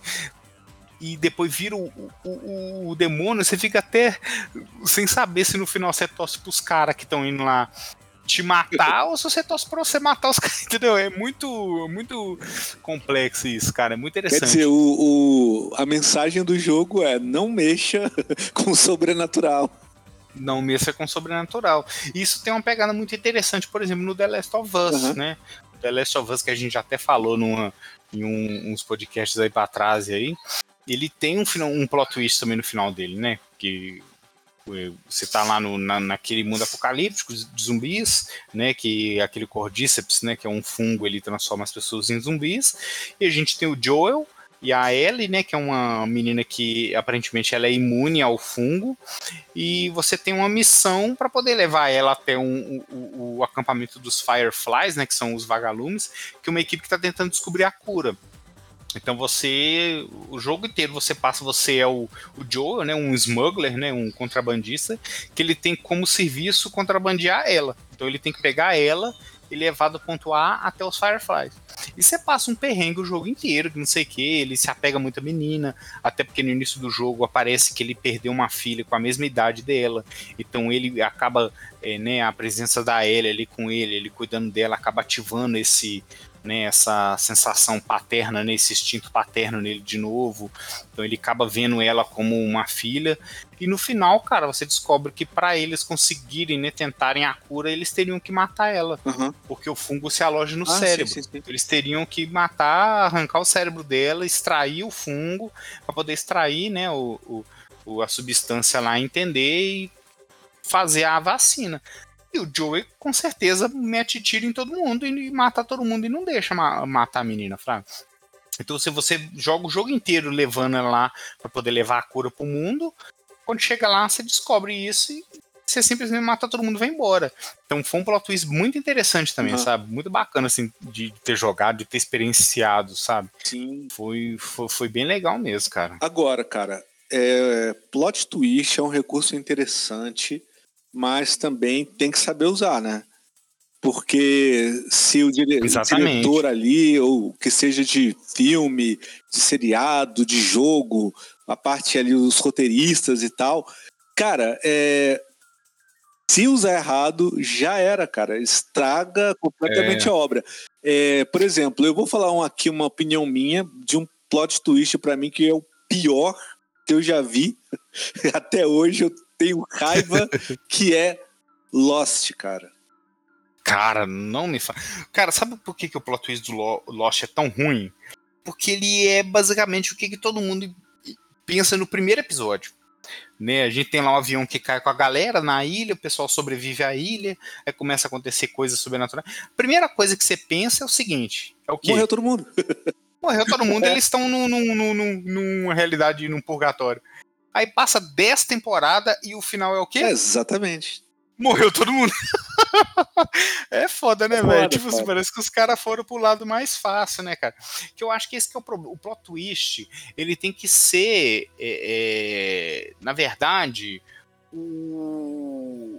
E depois vira o, o, o, o demônio, você fica até sem saber se no final você torce pros caras que estão indo lá te matar ou se você torce pra você matar os caras, entendeu? É muito, muito complexo isso, cara, é muito interessante. Quer dizer, o, o, a mensagem do jogo é não mexa com o sobrenatural. Não mexa com o sobrenatural. Isso tem uma pegada muito interessante, por exemplo, no The Last of Us, uhum. né? O The Last of Us, que a gente até falou numa, em um, uns podcasts aí pra trás, e aí, ele tem um, um plot twist também no final dele, né? Que você tá lá no, na, naquele mundo apocalíptico de zumbis, né? Que aquele Cordyceps, né? Que é um fungo, ele transforma as pessoas em zumbis. E a gente tem o Joel e a Ellie, né? Que é uma menina que aparentemente ela é imune ao fungo. E você tem uma missão para poder levar ela até um, o, o acampamento dos Fireflies, né? Que são os vagalumes, que é uma equipe que está tentando descobrir a cura. Então você, o jogo inteiro você passa, você é o, o Joel, né, um smuggler, né, um contrabandista, que ele tem como serviço contrabandear ela. Então ele tem que pegar ela e levar do ponto A até os Fireflies. E você passa um perrengue o jogo inteiro, que não sei o que, ele se apega muito à menina, até porque no início do jogo aparece que ele perdeu uma filha com a mesma idade dela, então ele acaba, é, né, a presença da Ellie ali com ele, ele cuidando dela, acaba ativando esse... Né, essa sensação paterna, né, esse instinto paterno nele de novo, então ele acaba vendo ela como uma filha, e no final, cara, você descobre que para eles conseguirem, né, tentarem a cura, eles teriam que matar ela, uhum. porque o fungo se aloja no ah, cérebro, sim, sim, sim. Eles teriam que matar, arrancar o cérebro dela, extrair o fungo, para poder extrair, né, o, o, a substância lá, entender e fazer a vacina. E o Joey, com certeza, mete tiro em todo mundo e mata todo mundo e não deixa ma- matar a menina, Flávio. Então, se você joga o jogo inteiro levando ela lá pra poder levar a cura pro mundo, quando chega lá, você descobre isso e você simplesmente mata todo mundo e vai embora. Então, foi um plot twist muito interessante também, uhum. sabe? Muito bacana, assim, de ter jogado, de ter experienciado, sabe? Sim. Foi, foi, foi bem legal mesmo, cara. Agora, cara, é, plot twist é um recurso interessante, mas também tem que saber usar, né? Porque se o, dire... o diretor ali, ou que seja de filme, de seriado, de jogo, a parte ali, os roteiristas e tal, cara, é... se usar errado, já era, cara. Estraga completamente é. a obra. É, por exemplo, eu vou falar um, aqui uma opinião minha de um plot twist pra mim que é o pior que eu já vi. Até hoje eu tenho raiva, que é Lost, cara. Cara, não me fala. Cara, sabe por que, que o plot twist do Lost é tão ruim? Porque ele é basicamente o que, que todo mundo pensa no primeiro episódio. Né? A gente tem lá um avião que cai com a galera na ilha, o pessoal sobrevive à ilha, aí começa a acontecer coisas sobrenaturais. Primeira coisa que você pensa é o seguinte: é o quê? Morreu todo mundo. Morreu todo mundo, eles estão num, num, num, numa realidade, num purgatório. Aí passa dez temporadas e o final é o quê? É, exatamente. Morreu todo mundo. É foda, né, É velho? foda, Tipo assim, foda. parece que os caras foram pro lado mais fácil, né, cara? Que eu acho que esse que é o problema. O plot twist, ele tem que ser, é, é, na verdade, o,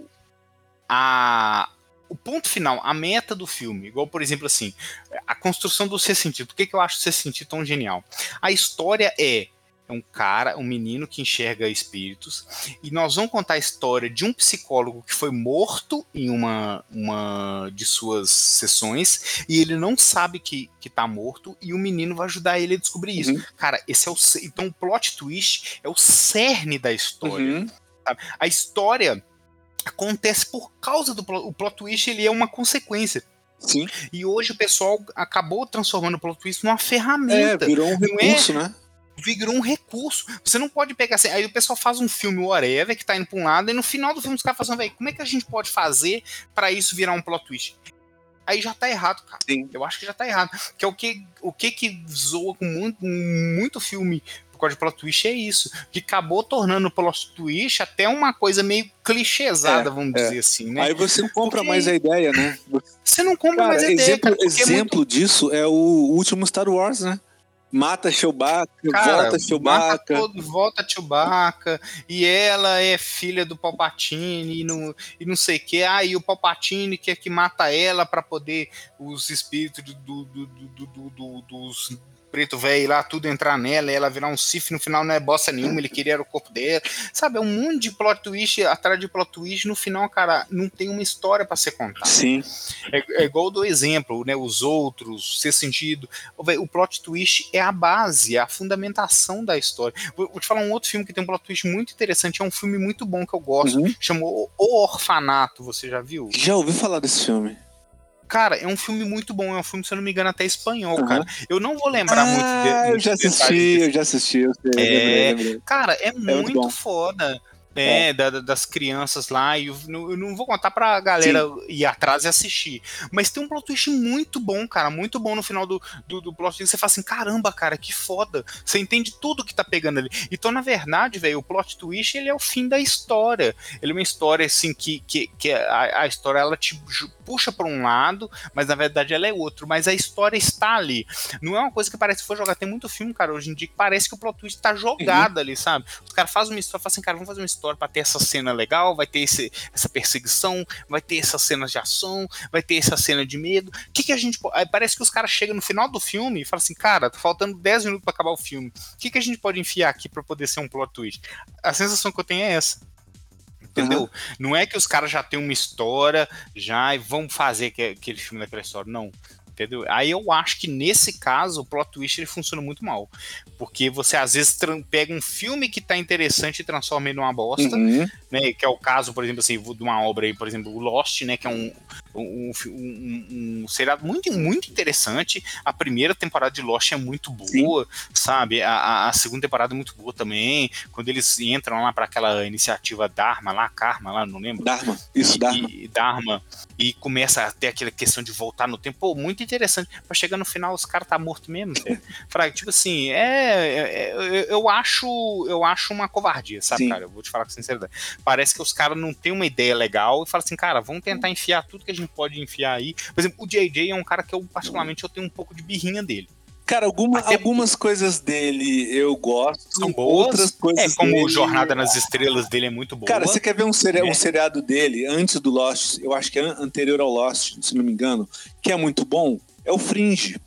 a, o ponto final, a meta do filme. Igual, por exemplo, assim, a construção do sexto sentido. Por que, que eu acho o sexto sentido tão genial? A história é É um cara, um menino que enxerga espíritos, e nós vamos contar a história de um psicólogo que foi morto em uma, uma de suas sessões, e ele não sabe que, que tá morto, e o menino vai ajudar ele a descobrir isso. Uhum. Cara, esse é o. Então, o plot twist é o cerne da história. Uhum. Sabe? A história acontece por causa do plot, o plot twist, ele é uma consequência. Sim. E hoje o pessoal acabou transformando o plot twist numa É, ferramenta. virou um Não é- recurso, né? virou um recurso. Você não pode pegar assim. Aí o pessoal faz um filme whatever que tá indo pra um lado, e no final do filme os caras falam assim, velho, como é que a gente pode fazer pra isso virar um plot twist? Aí já tá errado, cara. Sim. Eu acho que já tá errado. Que é o que o que, que zoa com muito, muito filme por causa de plot twist é isso. Que acabou tornando o plot twist até uma coisa meio clichêsada, É, vamos é. dizer assim, né? Aí você não compra Porque mais a ideia, né? Você não compra mais Cara, a ideia, exemplo, cara, porque é exemplo muito- disso é o último Star Wars, né? Mata Chewbacca, Cara, volta mata Chewbacca. todo, volta Chewbacca, e ela é filha do Palpatine, e não, e não sei o que. Ah, e o Palpatine quer que mata ela pra poder os espíritos do, do, do, do, do- do- dos preto velho lá, tudo entrar nela, e ela virar um Sith, no final não é bosta nenhuma, ele queria era o corpo dela. Sabe, é um mundo de plot twist atrás de plot twist, no final, cara, não tem uma história pra ser contada. Sim. É, é igual do exemplo, né? Os outros, ser sentido. Ô, véi, o plot twist é a base, é a fundamentação da história. Vou, vou te falar um outro filme que tem um plot twist muito interessante, é um filme muito bom que eu gosto, Uhum. chamou O Orfanato, você já viu? Já ouvi falar desse filme. Cara, é um filme muito bom, é um filme, se eu não me engano, até espanhol, Uhum. cara. Eu não vou lembrar muito de, Ah, eu muitos já detalhes assisti, desse- eu já assisti, eu sei, É, lembrei, lembrei. cara, é muito muito, bom. foda. Né, da- da- das crianças lá, e eu, não- eu não vou contar pra galera ir atrás e assistir, mas tem um plot twist muito bom, cara, muito bom no final do, do, do plot twist, você fala assim, caramba, cara, que foda, você entende tudo que tá pegando ali, então na verdade, velho, o plot twist, ele é o fim da história, ele é uma história assim, que, que, que a, a história, ela te ju- puxa pra um lado, mas na verdade ela é outro, mas a história está ali, não é uma coisa que parece que foi jogar, tem muito filme, cara, hoje em dia, que parece que o plot twist tá jogado ali, sabe, os caras fazem uma história, falam assim, cara, vamos fazer uma história para ter essa cena legal, vai ter esse, essa perseguição, vai ter essas cenas de ação, vai ter essa cena de medo. O que, que a gente pode. Aí parece que os caras chegam no final do filme e falam assim, cara, tá faltando dez minutos para acabar o filme. O que, que a gente pode enfiar aqui para poder ser um plot twist? A sensação que eu tenho é essa. Entendeu? Uhum. Não é que os caras já têm uma história, já e vão fazer aquele filme daquela história, não. Entendeu? Aí eu acho que nesse caso o plot twist ele funciona muito mal. Porque você às vezes pega um filme que tá interessante e transforma ele numa bosta, Uhum. né? Que é o caso, por exemplo, assim, de uma obra aí, por exemplo, o Lost, né? Que é um, um, um, um seriado muito, muito interessante. A primeira temporada de Lost é muito boa, sim, sabe? A, a segunda temporada é muito boa também. Quando eles entram lá para aquela iniciativa Dharma lá, Karma lá, não lembro. Dharma, isso, e, Dharma. E, Dharma. E começa a ter aquela questão de voltar no tempo. Pô, muito interessante. Pra chegar no final, os caras tá morto mesmo, Fraga, tipo assim, é, é, eu acho eu acho uma covardia, sabe, sim, cara? Eu vou te falar com sinceridade. Parece que os caras não têm uma ideia legal e falam assim, cara, vamos tentar enfiar tudo que a gente pode enfiar aí. Por exemplo, o J J é um cara que eu, particularmente, eu tenho um pouco de birrinha dele. Cara, alguma, algumas porque... coisas dele eu gosto. São boas. Outras coisas é, como dele... Jornada nas Estrelas dele é muito boa. Cara, você quer ver um, seri- é. um seriado dele antes do Lost? Eu acho que é anterior ao Lost, se não me engano. Que é muito bom. É o Fringe.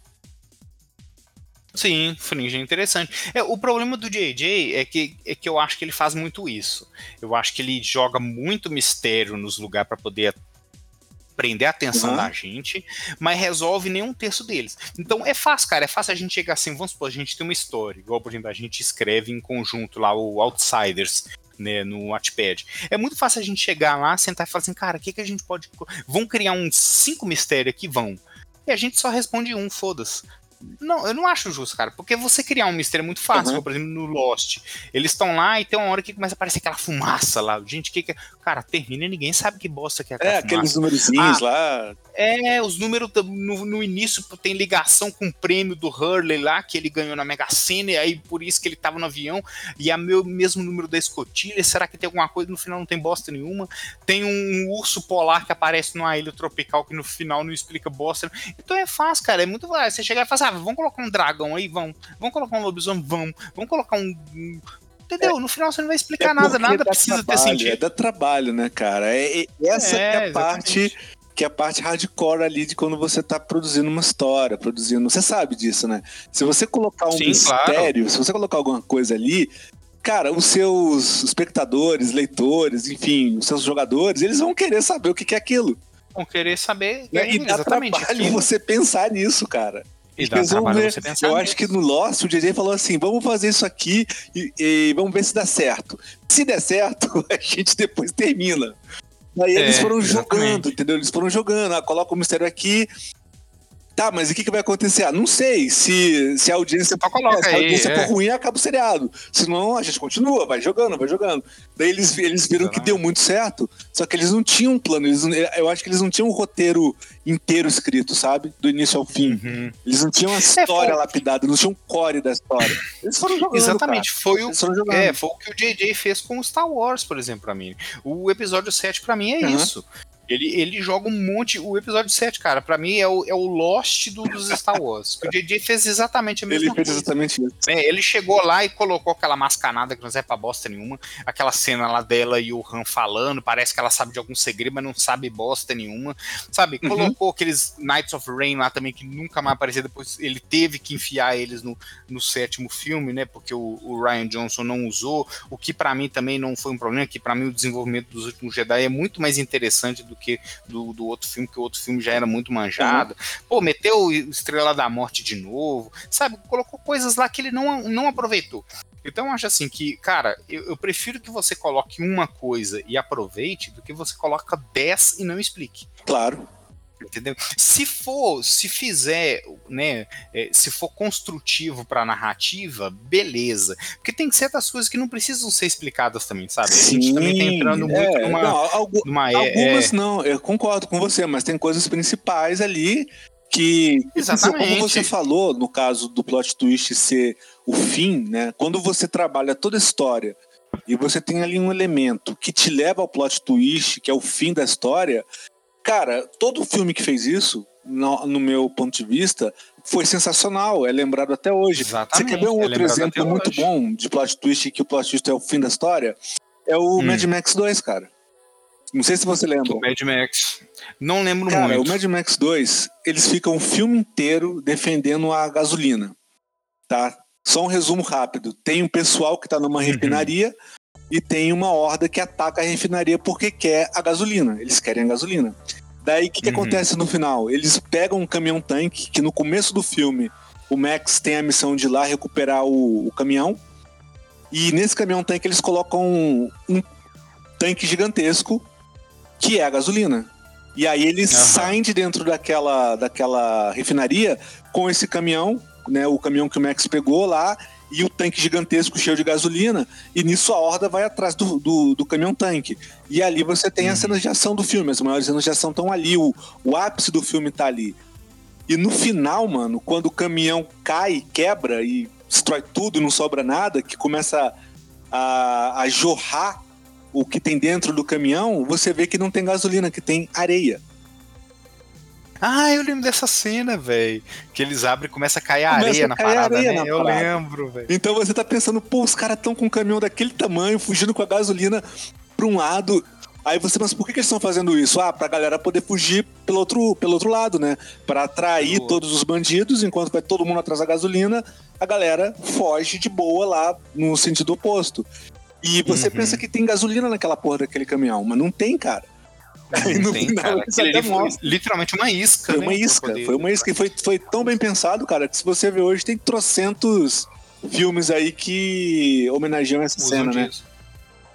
Sim, Fringe é interessante. É, o problema do J J é que, é que eu acho que ele faz muito isso. Eu acho que ele joga muito mistério nos lugares para poder prender a atenção uhum. da gente, mas resolve nem um terço deles. Então é fácil, cara, é fácil a gente chegar assim, vamos supor, a gente tem uma história, igual, por exemplo, a gente escreve em conjunto lá o Outsiders, né, no Wattpad. É muito fácil a gente chegar lá, sentar e falar assim, cara, o que, que a gente pode... Vão criar uns cinco mistérios aqui? Vão. E a gente só responde um, foda-se. Não, eu não acho justo, cara, porque você criar um mistério é muito fácil, Uhum. por exemplo, no Lost. Eles estão lá e tem uma hora que começa a aparecer aquela fumaça lá. Gente, o que que é? Cara, termina e ninguém sabe que bosta que é aquela É, aqueles fumaça. numerozinhos Ah, lá. é, os números no, no início tem ligação com o prêmio do Hurley lá, que ele ganhou na Mega Sena, e aí por isso que ele tava no avião, e é o mesmo número da escotilha. Será que tem alguma coisa? No final não tem bosta nenhuma. Tem um, um urso polar que aparece numa ilha tropical que no final não explica bosta. Então é fácil, cara, é muito fácil. Você chegar e falar assim, ah, vamos colocar um dragão aí? Vamos. Vamos colocar um lobisomem? Vamos. Vamos colocar um... um... Entendeu? No final você não vai explicar É nada, porque nada dá precisa trabalho, ter é sentido. dá trabalho, né, cara? É, é- essa que é É, a parte exatamente. que é a parte hardcore ali de quando você tá produzindo uma história, produzindo. Você sabe disso, né? Se você colocar um Sim, claro. mistério, se você colocar alguma coisa ali, cara, os seus espectadores, leitores, enfim, os seus jogadores, eles vão querer saber o que que é aquilo, Vão querer saber né? é, E dá exatamente trabalho aquilo. você pensar nisso, cara. E E dá trabalho resolver. você pensar Eu nisso. acho que no Lost o J J falou assim: vamos fazer isso aqui e, e vamos ver se dá certo. Se der certo, a gente depois termina. Aí eles É, foram exatamente. jogando, entendeu? Eles foram jogando, ah, coloca o mistério aqui. Tá, mas e o que, que vai acontecer? Ah, não sei. Se, se a audiência, Só coloca é, se a aí, audiência for é. ruim, acaba o seriado. Senão a gente continua, vai jogando, vai jogando. Daí eles, eles viram que deu Exatamente. muito certo, só que eles não tinham um plano. Eles, não- eu acho que eles não tinham um roteiro inteiro escrito, sabe? Do início ao fim. Uhum. Eles não tinham a história foi- lapidada, não tinham um core da história. Eles foram jogando. Exatamente, Cara. foi o, Eles foram jogando. é, foi o que o J J fez com o Star Wars, por exemplo, pra mim. O episódio sete, pra mim, é Uhum. isso. Ele, ele joga um monte. O episódio sete, cara, pra mim é o, é o Lost do, dos Star Wars. Que o J J fez exatamente a mesma Ele fez coisa. exatamente isso. É, ele chegou lá e colocou aquela mascanada que não serve pra bosta nenhuma. Aquela cena lá dela e o Han falando. Parece que ela sabe de algum segredo, mas não sabe bosta nenhuma. Sabe? Uhum. Colocou aqueles Knights of Rain lá também, que nunca mais apareceu. Depois ele teve que enfiar eles no, no sétimo filme, né? Porque o, o Rian Johnson não usou. O que pra mim também não foi um problema. Que pra mim o desenvolvimento dos últimos Jedi é muito mais interessante do que do, do outro filme, que o outro filme já era muito manjado. Uhum. Pô, meteu Estrela da Morte de novo. Sabe? Colocou coisas lá que ele não, não aproveitou. Então eu acho assim que, cara, eu, eu prefiro que você coloque uma coisa e aproveite do que você coloca dez e não explique. Claro. Entendeu? Se for, se fizer, né, é, se for construtivo para a narrativa, beleza. Porque tem certas coisas que não precisam ser explicadas também, sabe? Sim, a gente também tá entrando muito é, numa, não, algu- numa algumas é, não, eu concordo com você, mas tem coisas principais ali que, exatamente. como você falou, no caso do plot twist ser o fim, né? Quando você trabalha toda a história e você tem ali um elemento que te leva ao plot twist, que é o fim da história, cara, todo filme que fez isso, no, no meu ponto de vista, foi sensacional, é lembrado até hoje. Exatamente, você quer ver um é outro exemplo muito hoje. bom de plot twist, que o plot twist é o fim da história? É o hum. Mad Max dois, cara. Não sei se você lembra. O Mad Max. Não lembro cara, muito. Cara, o Mad Max dois, eles ficam o filme inteiro defendendo a gasolina, tá? Só um resumo rápido. Tem um pessoal que tá numa uhum. refinaria e tem uma horda que ataca a refinaria porque quer a gasolina. Eles querem a gasolina. Daí, o que, que uhum. acontece no final? Eles pegam um caminhão-tanque, que no começo do filme o Max tem a missão de ir lá recuperar o, o caminhão, e nesse caminhão-tanque eles colocam um, um tanque gigantesco que é a gasolina. E aí eles uhum. saem de dentro daquela, daquela refinaria com esse caminhão, né, o caminhão que o Max pegou lá, e o tanque gigantesco cheio de gasolina, e nisso a horda vai atrás do, do, do caminhão-tanque. E ali você tem uhum. as cenas de ação do filme, as maiores cenas de ação estão ali, o, o ápice do filme tá ali. E no final, mano, quando o caminhão cai, quebra e destrói tudo, não sobra nada, que começa a, a jorrar o que tem dentro do caminhão, você vê que não tem gasolina, que tem areia. Ah, eu lembro dessa cena, velho. Que eles abrem e começa a cair começa areia a na cair parada, areia né? Na eu parada. lembro, velho. Então você tá pensando, pô, os caras tão com um caminhão daquele tamanho, fugindo com a gasolina pra um lado. Aí você, mas por que, que eles estão fazendo isso? Ah, pra galera poder fugir pelo outro, pelo outro lado, né? Pra atrair Boa. todos os bandidos, enquanto vai todo mundo atrás da gasolina, a galera foge de boa lá no sentido oposto. E você uhum. pensa que tem gasolina naquela porra daquele caminhão, mas não tem, cara. Aí no tem, final, cara. Aquele ali foi literalmente uma isca, Foi né? uma isca, poder... foi uma isca. E foi, foi tão bem pensado, cara, que se você ver hoje, tem trocentos filmes aí que homenageiam essa Usam cena, disso. né?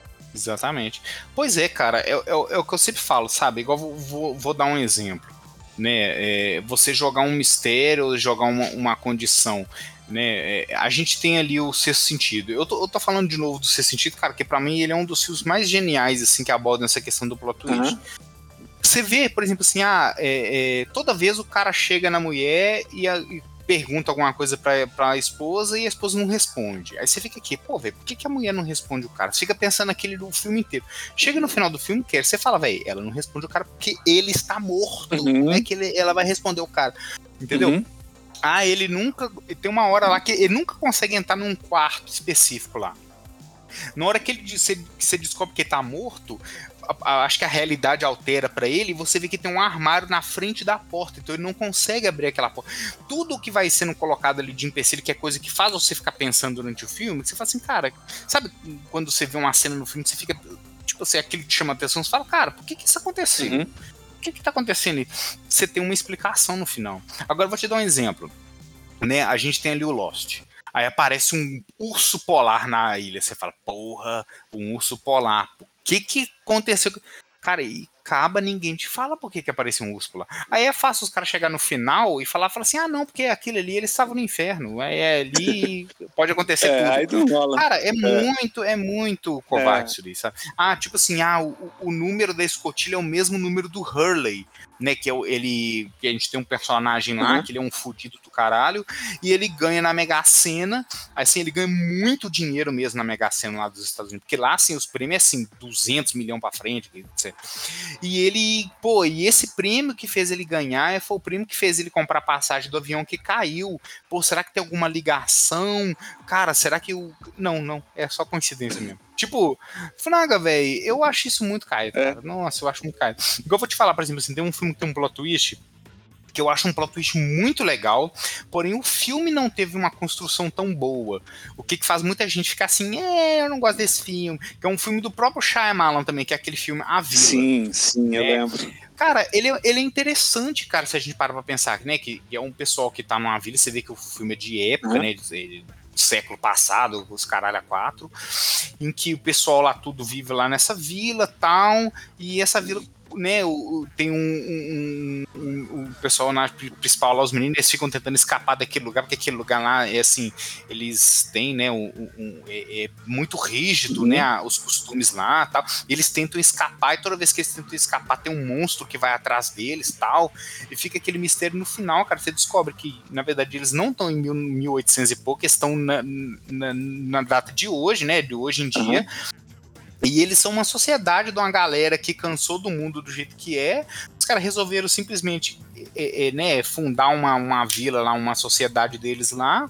Exatamente. Pois é, cara, é, é, é o que eu sempre falo, sabe? Igual vou, vou, vou dar um exemplo. né? É, você jogar um mistério, jogar uma, uma condição, né? É, a gente tem ali o Sexto Sentido. Eu tô, eu tô falando de novo do Sexto Sentido, cara, que pra mim ele é um dos filmes mais geniais, assim, que abordam essa questão do plot twist. Aham. Você vê, por exemplo, assim, ah, é, é, toda vez o cara chega na mulher e, a- e pergunta alguma coisa pra, pra esposa e a esposa não responde. Aí você fica aqui, pô, velho, por que, que a mulher não responde o cara? Você fica pensando naquele do filme inteiro. Chega no final do filme, quer, você fala, velho, ela não responde o cara porque ele está morto. Como é Uhum. que ele- ela vai responder o cara? Entendeu? Uhum. Ah, ele nunca. Tem uma hora lá que ele nunca consegue entrar num quarto específico lá. Na hora que ele você, que você descobre que ele tá morto, a- a- acho que a realidade altera pra ele e você vê que tem um armário na frente da porta, então ele não consegue abrir aquela porta. Tudo que vai sendo colocado ali de empecilho, que é coisa que faz você ficar pensando durante o filme, que você fala assim, cara, sabe quando você vê uma cena no filme, você fica, tipo assim, aquilo que te chama atenção, você fala, cara, por que que isso aconteceu? Uhum. O que que tá acontecendo aí? Você tem uma explicação no final. Agora eu vou te dar um exemplo, né? A gente tem ali o Lost. Aí aparece um urso polar na ilha. Você fala, porra, um urso polar. O que que aconteceu? Cara, e acaba, ninguém te fala por que que apareceu um urso polar. Aí é fácil os caras chegar no final e falar, falar assim, ah, não, porque aquilo ali eles estavam no inferno. Aí é ali pode acontecer É, tudo. aí não rola. Cara, é É, muito, é muito covarde é. isso ali, sabe? Ah, tipo assim, ah, o, o número da escotilha é o mesmo número do Hurley, né? Que é o, ele. Que a gente tem um personagem lá, Aham. que ele é um fudido do caralho, e ele ganha na Mega Sena, assim, ele ganha muito dinheiro mesmo na Mega Sena lá dos Estados Unidos, porque lá, assim, os prêmios é assim, duzentos milhões pra frente, e ele, pô, e esse prêmio que fez ele ganhar foi o prêmio que fez ele comprar a passagem do avião que caiu. Pô, será que tem alguma ligação? Cara, será que o. Não, não, é só coincidência mesmo. Tipo, Fraga, velho, eu acho isso muito caído, É. cara. Nossa, eu acho muito caído. Igual eu vou te falar, por exemplo, assim, tem um filme que tem um plot twist que eu acho um plot twist muito legal, porém o filme não teve uma construção tão boa. O que, que faz muita gente ficar assim, é, eu não gosto desse filme. Que é um filme do próprio Shyamalan também, que é aquele filme A Vila, Sim, sim, eu né? lembro. Cara, ele, é- ele é interessante, cara, se a gente parar pra pensar, né? Que, que é um pessoal que tá numa vila, você vê que o filme é de época, Aham. né? De, do século passado, os caralho a quatro, em que o pessoal lá tudo vive lá nessa vila tal, e essa vila, né, o, o- tem um, um, um- um- o pessoal na principal lá, os meninos, eles ficam tentando escapar daquele lugar, porque aquele lugar lá é assim, eles têm, né, um, um- um- é, é muito rígido, né, Uhum. a- os costumes lá tal, e eles tentam escapar, e toda vez que eles tentam escapar, tem um monstro que vai atrás deles tal, e fica aquele mistério no final, cara, você descobre que, na verdade, eles não estão em mil, mil e oitocentos e pouco, eles estão na, na, na data de hoje, né, de hoje em dia, Aham. e eles são uma sociedade de uma galera que cansou do mundo do jeito que é. Os caras resolveram simplesmente é, é, né, fundar uma, uma vila lá, uma sociedade deles lá.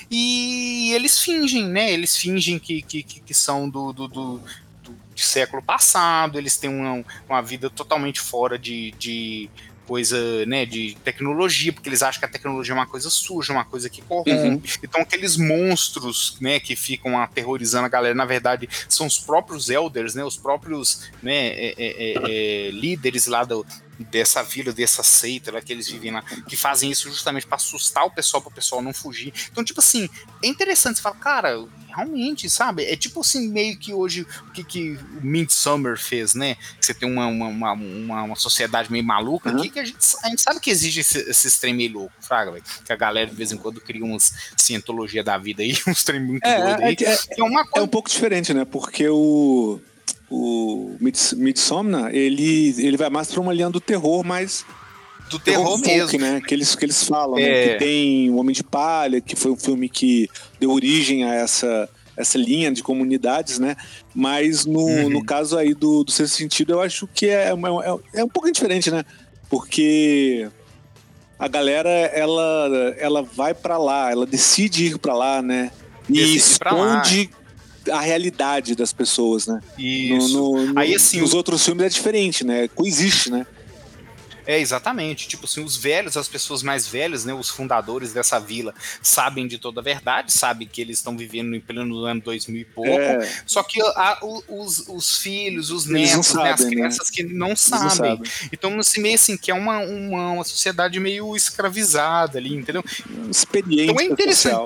E eles fingem, né? Eles fingem que, que, que são do, do, do, do de século passado, eles têm uma, uma vida totalmente fora de, de coisa, né, de tecnologia, porque eles acham que a tecnologia é uma coisa suja, uma coisa que Uhum. corrompe. Então aqueles monstros, né, que ficam aterrorizando a galera, na verdade, são os próprios elders, né, os próprios, né, é, é, é, líderes lá do, dessa vila, dessa seita lá que eles vivem lá, que fazem isso justamente para assustar o pessoal, para o pessoal não fugir. Então, tipo assim, é interessante, você fala, cara, realmente, sabe? É tipo assim, meio que hoje, o que, que o Midsommar fez, né? Que você tem uma, uma, uma, uma, uma sociedade meio maluca aqui, Aham. que a gente, a gente sabe que existe esse, esse trem meio louco, fraga, velho. Que a galera de vez em quando cria umas cientologia da vida aí, uns trem muito doido É, é, aí. que é, Que é uma é um coisa. pouco diferente, né? Porque o, o Mids- Midsommar, ele, ele vai mais pra uma linha do terror, mas Do terror terror folk, mesmo. né? Que eles, que eles falam, né? Que É. tem O Homem de Palha, que foi um filme que deu origem a essa, essa linha de comunidades, né? Mas no, Uhum. no caso aí do, do Sexto Sentido, eu acho que é, é, é um pouco diferente, né? Porque a galera, ela, ela vai pra lá, ela decide ir pra lá, né? E Decide ir pra lá. esconde a realidade das pessoas, né? No, Isso. no- no- Aí, assim, nos o- outros filmes é diferente, né? Coexiste, né? É, exatamente. Tipo assim, os velhos, as pessoas mais velhas, né, os fundadores dessa vila, sabem de toda a verdade, sabem que eles estão vivendo em pleno ano dois mil e pouco, É, só que a- o- os, os filhos, os eles não netos, né, as sabem, né? crianças que não Eles não sabem. sabem. Então, assim, meio assim, que é uma, uma, uma sociedade meio escravizada ali, entendeu? Então é Experiência interessante. social.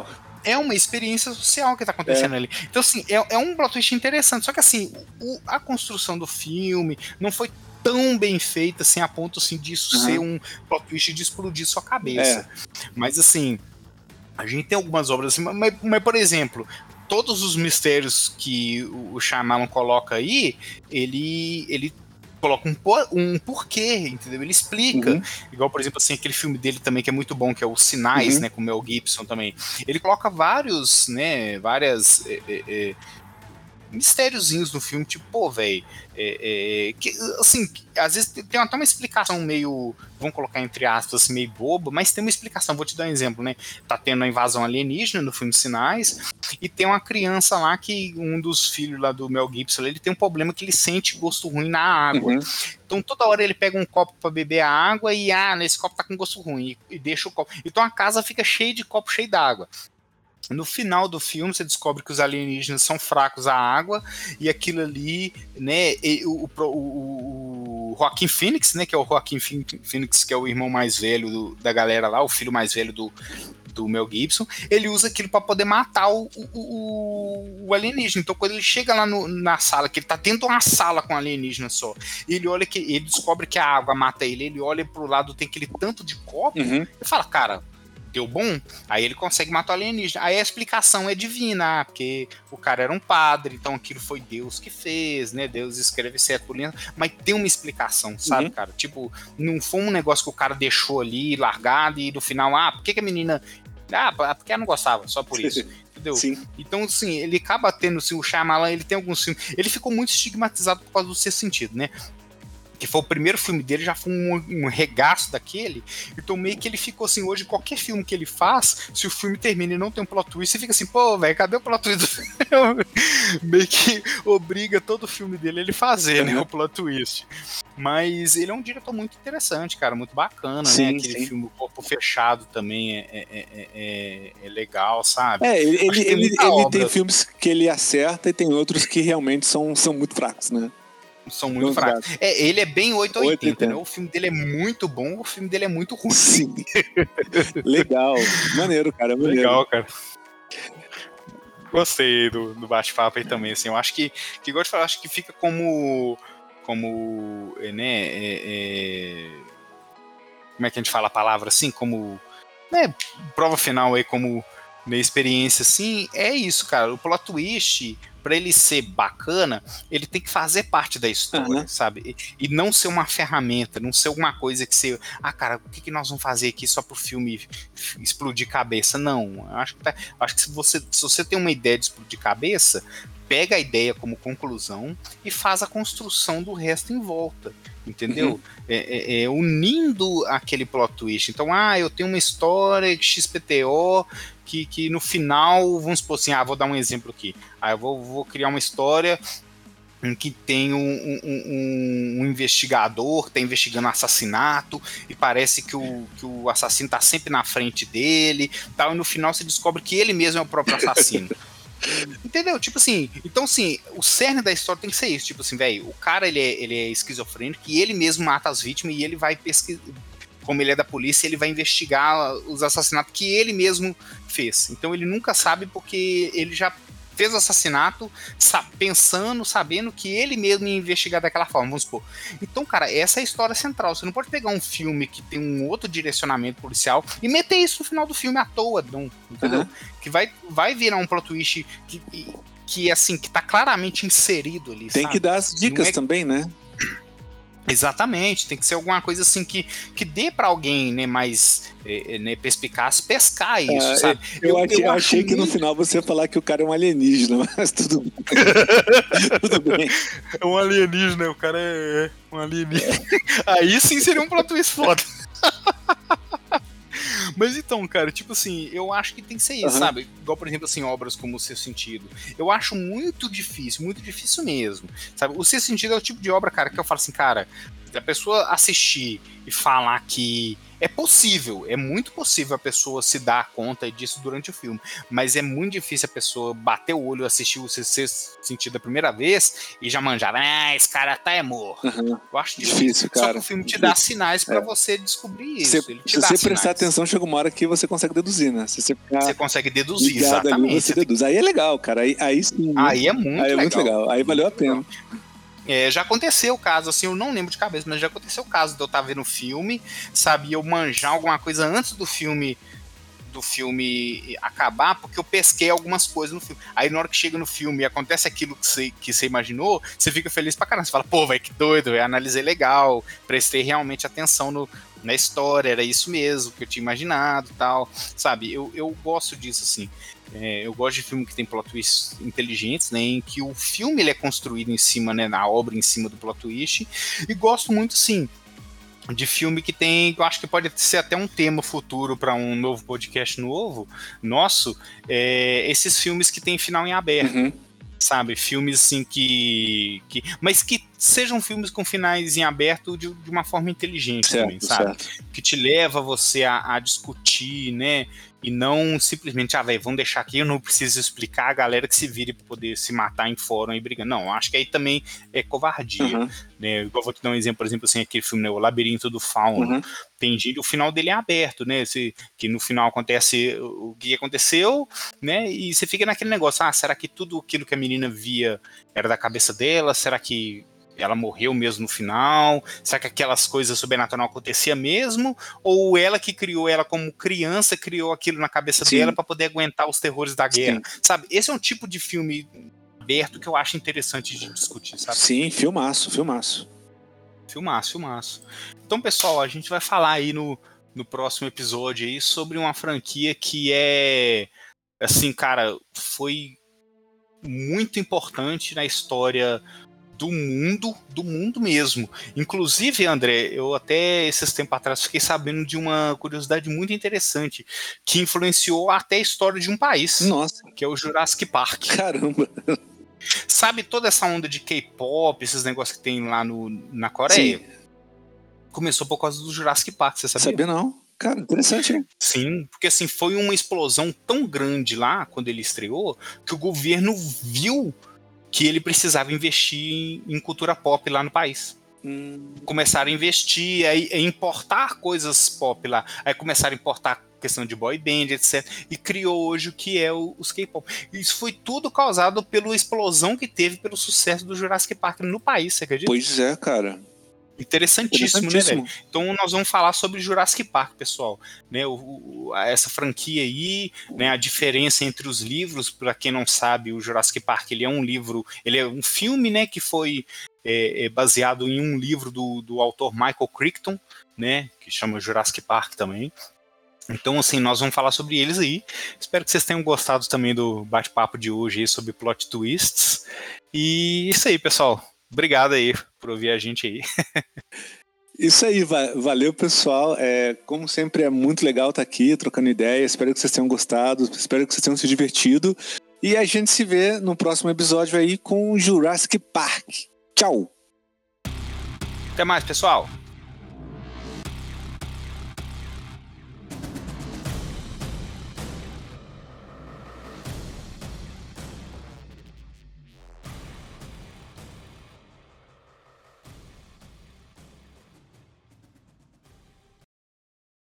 É uma experiência social que tá acontecendo É. ali. Então, assim, é, é um plot twist interessante. Só que, assim, o, a construção do filme não foi tão bem feita, assim, a ponto, assim, disso Uhum. ser um plot twist de explodir sua cabeça. É. Mas, assim, a gente tem algumas obras assim, mas, mas, por exemplo, todos os mistérios que o Shyamalan coloca aí, ele, ele coloca um, por, um porquê, entendeu? Ele explica. Uhum. Igual, por exemplo, assim, aquele filme dele também que é muito bom, que é o Sinais, Uhum. né, com o Mel Gibson também. Ele coloca vários, né, várias... É, é, é, mistériozinhos no filme, tipo, pô, velho, é, é, que, assim, às vezes tem até uma explicação meio, vamos colocar entre aspas, assim, meio boba, mas tem uma explicação, vou te dar um exemplo, né, tá tendo a invasão alienígena no filme Sinais, e tem uma criança lá que, um dos filhos lá do Mel Gibson, ele tem um problema que ele sente gosto ruim na água, Uhum. então toda hora ele pega um copo pra beber a água e, ah, nesse copo tá com gosto ruim, e, e deixa o copo, então a casa fica cheia de copo cheio d'água. No final do filme, você descobre que os alienígenas são fracos à água e aquilo ali, né, o, o, o, o Joaquin Phoenix, né, que é o Joaquin Phoenix, que é o irmão mais velho do, da galera lá, o filho mais velho do, do Mel Gibson, ele usa aquilo para poder matar o, o, o alienígena. Então, quando ele chega lá no, na sala, que ele tá dentro de uma sala com alienígena só, ele olha que ele descobre que a água mata ele, ele olha pro lado, tem aquele tanto de copo, Uhum. e fala, cara, deu bom, aí ele consegue matar o alienígena. Aí a explicação é divina, porque o cara era um padre, então aquilo foi Deus que fez, né? Deus escreve certo por linha, mas tem uma explicação, sabe, uhum. cara? Tipo, não foi um negócio que o cara deixou ali, largado, e no final, ah, por que, que a menina... Ah, porque ela não gostava, só por isso. Entendeu? Sim. Então, assim, ele acaba tendo, assim, o Shyamalan, ele tem alguns filmes... Ele ficou muito estigmatizado por causa do Sexto Sentido, né? Que foi o primeiro filme dele, já foi um, um regaço daquele, então meio que ele ficou assim, hoje qualquer filme que ele faz, se o filme termina e não tem um plot twist, você fica assim, pô, velho, cadê o plot twist do filme? Meio que obriga todo o filme dele ele fazer, uhum. né, o plot twist. Mas ele é um diretor muito interessante, cara, muito bacana, sim, né, aquele sim. filme O Corpo Fechado também é, é, é, é, é legal, sabe? É, ele, ele, tem, ele, ele tem filmes que ele acerta e tem outros que realmente são, são muito fracos, né? São muito fracos. É, ele é bem oito ou oitenta, né? O filme dele é muito bom, o filme dele é muito ruim. Sim. Legal. Maneiro, cara. Maneiro. Legal, cara. Gostei do, do bate-papo aí também, assim. Eu acho que, que igual eu te falar, acho que fica como... Como... Né? É, é, como é que a gente fala a palavra assim? Como... Né, prova final aí, como... Minha experiência, assim, é isso, cara. O plot twist, pra ele ser bacana, ele tem que fazer parte da história, uhum. sabe? E, e não ser uma ferramenta, não ser alguma coisa que você... Ah, cara, o que, que nós vamos fazer aqui só pro filme explodir cabeça? Não. Eu acho que, tá, eu acho que se, você, se você tem uma ideia de explodir cabeça, pega a ideia como conclusão e faz a construção do resto em volta. Entendeu? Uhum. É, é, é, unindo aquele plot twist. Então, ah, eu tenho uma história de X P T O que, que no final, vamos supor assim, ah, vou dar um exemplo aqui. Ah, eu vou, vou criar uma história em que tem um, um, um, um investigador que está investigando um assassinato e parece que o, que o assassino está sempre na frente dele, tal, e no final você descobre que ele mesmo é o próprio assassino. Entendeu? Tipo assim, então assim, o cerne da história tem que ser isso, tipo assim, velho, o cara ele é, ele é esquizofrênico e ele mesmo mata as vítimas e ele vai pesquisar, como ele é da polícia, ele vai investigar os assassinatos que ele mesmo fez. Então ele nunca sabe porque ele já fez o assassinato pensando, sabendo que ele mesmo ia investigar daquela forma, vamos supor. Então, cara, essa é a história central. Você não pode pegar um filme que tem um outro direcionamento policial e meter isso no final do filme à toa, não, entendeu? Uhum. Que vai, vai virar um plot twist que, que, assim, que tá claramente inserido ali, tem sabe? que dar as dicas é... também, né? Exatamente, tem que ser alguma coisa assim que, que dê para alguém, né, mais é, né, perspicaz pescar isso, é, sabe? Eu, eu, achei, eu achei que muito... no final você ia falar que o cara é um alienígena, mas tudo bem. Tudo bem. É um alienígena, o cara é um alienígena. É. Aí sim seria um plot twist foda. Mas então, cara, tipo assim, eu acho que tem que ser isso, uhum. sabe? Igual, por exemplo, assim, obras como O Sexto Sentido. Eu acho muito difícil, muito difícil mesmo, sabe? O Sexto Sentido é o tipo de obra, cara, que eu falo assim, cara, se a pessoa assistir e falar que É possível, é muito possível a pessoa se dar conta disso durante o filme, mas é muito difícil a pessoa bater o olho, assistir o Sexto Sentido a primeira vez e já manjar, ah, esse cara tá é morto. Uhum. Eu acho difícil, difícil, cara. Só que o filme te difícil. dá sinais pra É. você descobrir isso. Cê, Ele te se dá você sinais. prestar atenção, chega uma hora que você consegue deduzir, né? Se você, ficar você consegue deduzir, ligado exatamente. Ali, você você deduz. Tem... Aí é legal, cara. Aí, aí sim. Aí é muito aí é legal. muito legal. Aí valeu a pena. É, já aconteceu o caso, assim, eu não lembro de cabeça, mas já aconteceu o caso de eu estar vendo o filme, sabia eu manjar alguma coisa antes do filme do filme acabar, porque eu pesquei algumas coisas no filme. Aí na hora que chega no filme e acontece aquilo que você, que você imaginou, você fica feliz pra caramba. Você fala, pô, velho, que doido, eu analisei legal, prestei realmente atenção no, na história, era isso mesmo que eu tinha imaginado e tal, sabe? Eu, eu gosto disso, assim. É, eu gosto de filme que tem plot twists inteligentes, né, em que o filme ele é construído em cima, né, na obra em cima do plot twist, e gosto muito, sim, de filme que tem, eu acho que pode ser até um tema futuro para um novo podcast novo, nosso, é, esses filmes que tem final em aberto. Uhum. Sabe, filmes assim que, que. Mas que sejam filmes com finais em aberto de, de uma forma inteligente certo, também, sabe? Certo. Que te leva você a, a discutir, né? E não simplesmente, ah, velho, vamos deixar aqui, eu não preciso explicar a galera que se vire para poder se matar em fórum e brigar. Não, acho que aí também é covardia. Uhum. Né? Eu vou te dar um exemplo, por exemplo, assim, aquele filme, né, O Labirinto do Fauno. Uhum. Tem gente, o final dele é aberto, né? Se, que no final acontece o que aconteceu, né? E você fica naquele negócio, ah, será que tudo aquilo que a menina via era da cabeça dela? Será que ela morreu mesmo no final? Será que aquelas coisas sobrenaturais aconteciam mesmo? Ou ela que criou, ela como criança, criou aquilo na cabeça Sim. dela para poder aguentar os terrores da guerra? Sim. Sabe? Esse é um tipo de filme aberto que eu acho interessante de discutir, sabe? Sim, filmaço, filmaço. Filmaço, filmaço. Então, pessoal, a gente vai falar aí no, no próximo episódio aí sobre uma franquia que é, assim, cara, foi muito importante na história do mundo, do mundo mesmo. Inclusive, André, eu até esses tempos atrás fiquei sabendo de uma curiosidade muito interessante que influenciou até a história de um país. Nossa. Que é o Jurassic Park. Caramba. Sabe toda essa onda de K-pop, esses negócios que tem lá no, na Coreia? Sim. Começou por causa do Jurassic Park, você sabia? Sabia não. Cara, interessante, hein? Sim, porque assim, foi uma explosão tão grande lá, quando ele estreou, que o governo viu que ele precisava investir em cultura pop lá no país. Hum. Começaram a investir, aí, a importar coisas pop lá. Aí começaram a importar questão de boy band, etcétera. E criou hoje o que é o, os K-pop. Isso foi tudo causado pela explosão que teve pelo sucesso do Jurassic Park no país, você acredita? Pois é, cara. Interessantíssimo, Interessantíssimo, né, velho? Então nós vamos falar sobre Jurassic Park, pessoal. Né, o, o, essa franquia aí, né, a diferença entre os livros, para quem não sabe, o Jurassic Park ele é um livro, ele é um filme, né, que foi é, é baseado em um livro do, do autor Michael Crichton, né, que chama Jurassic Park também. Então, assim, nós vamos falar sobre eles aí. Espero que vocês tenham gostado também do bate-papo de hoje aí sobre plot twists. E isso aí, pessoal. Obrigado aí por ouvir a gente aí. Isso aí, valeu, pessoal. É, como sempre, é muito legal estar aqui trocando ideia. Espero que vocês tenham gostado, espero que vocês tenham se divertido. E a gente se vê no próximo episódio aí com Jurassic Park. Tchau! Até mais, pessoal!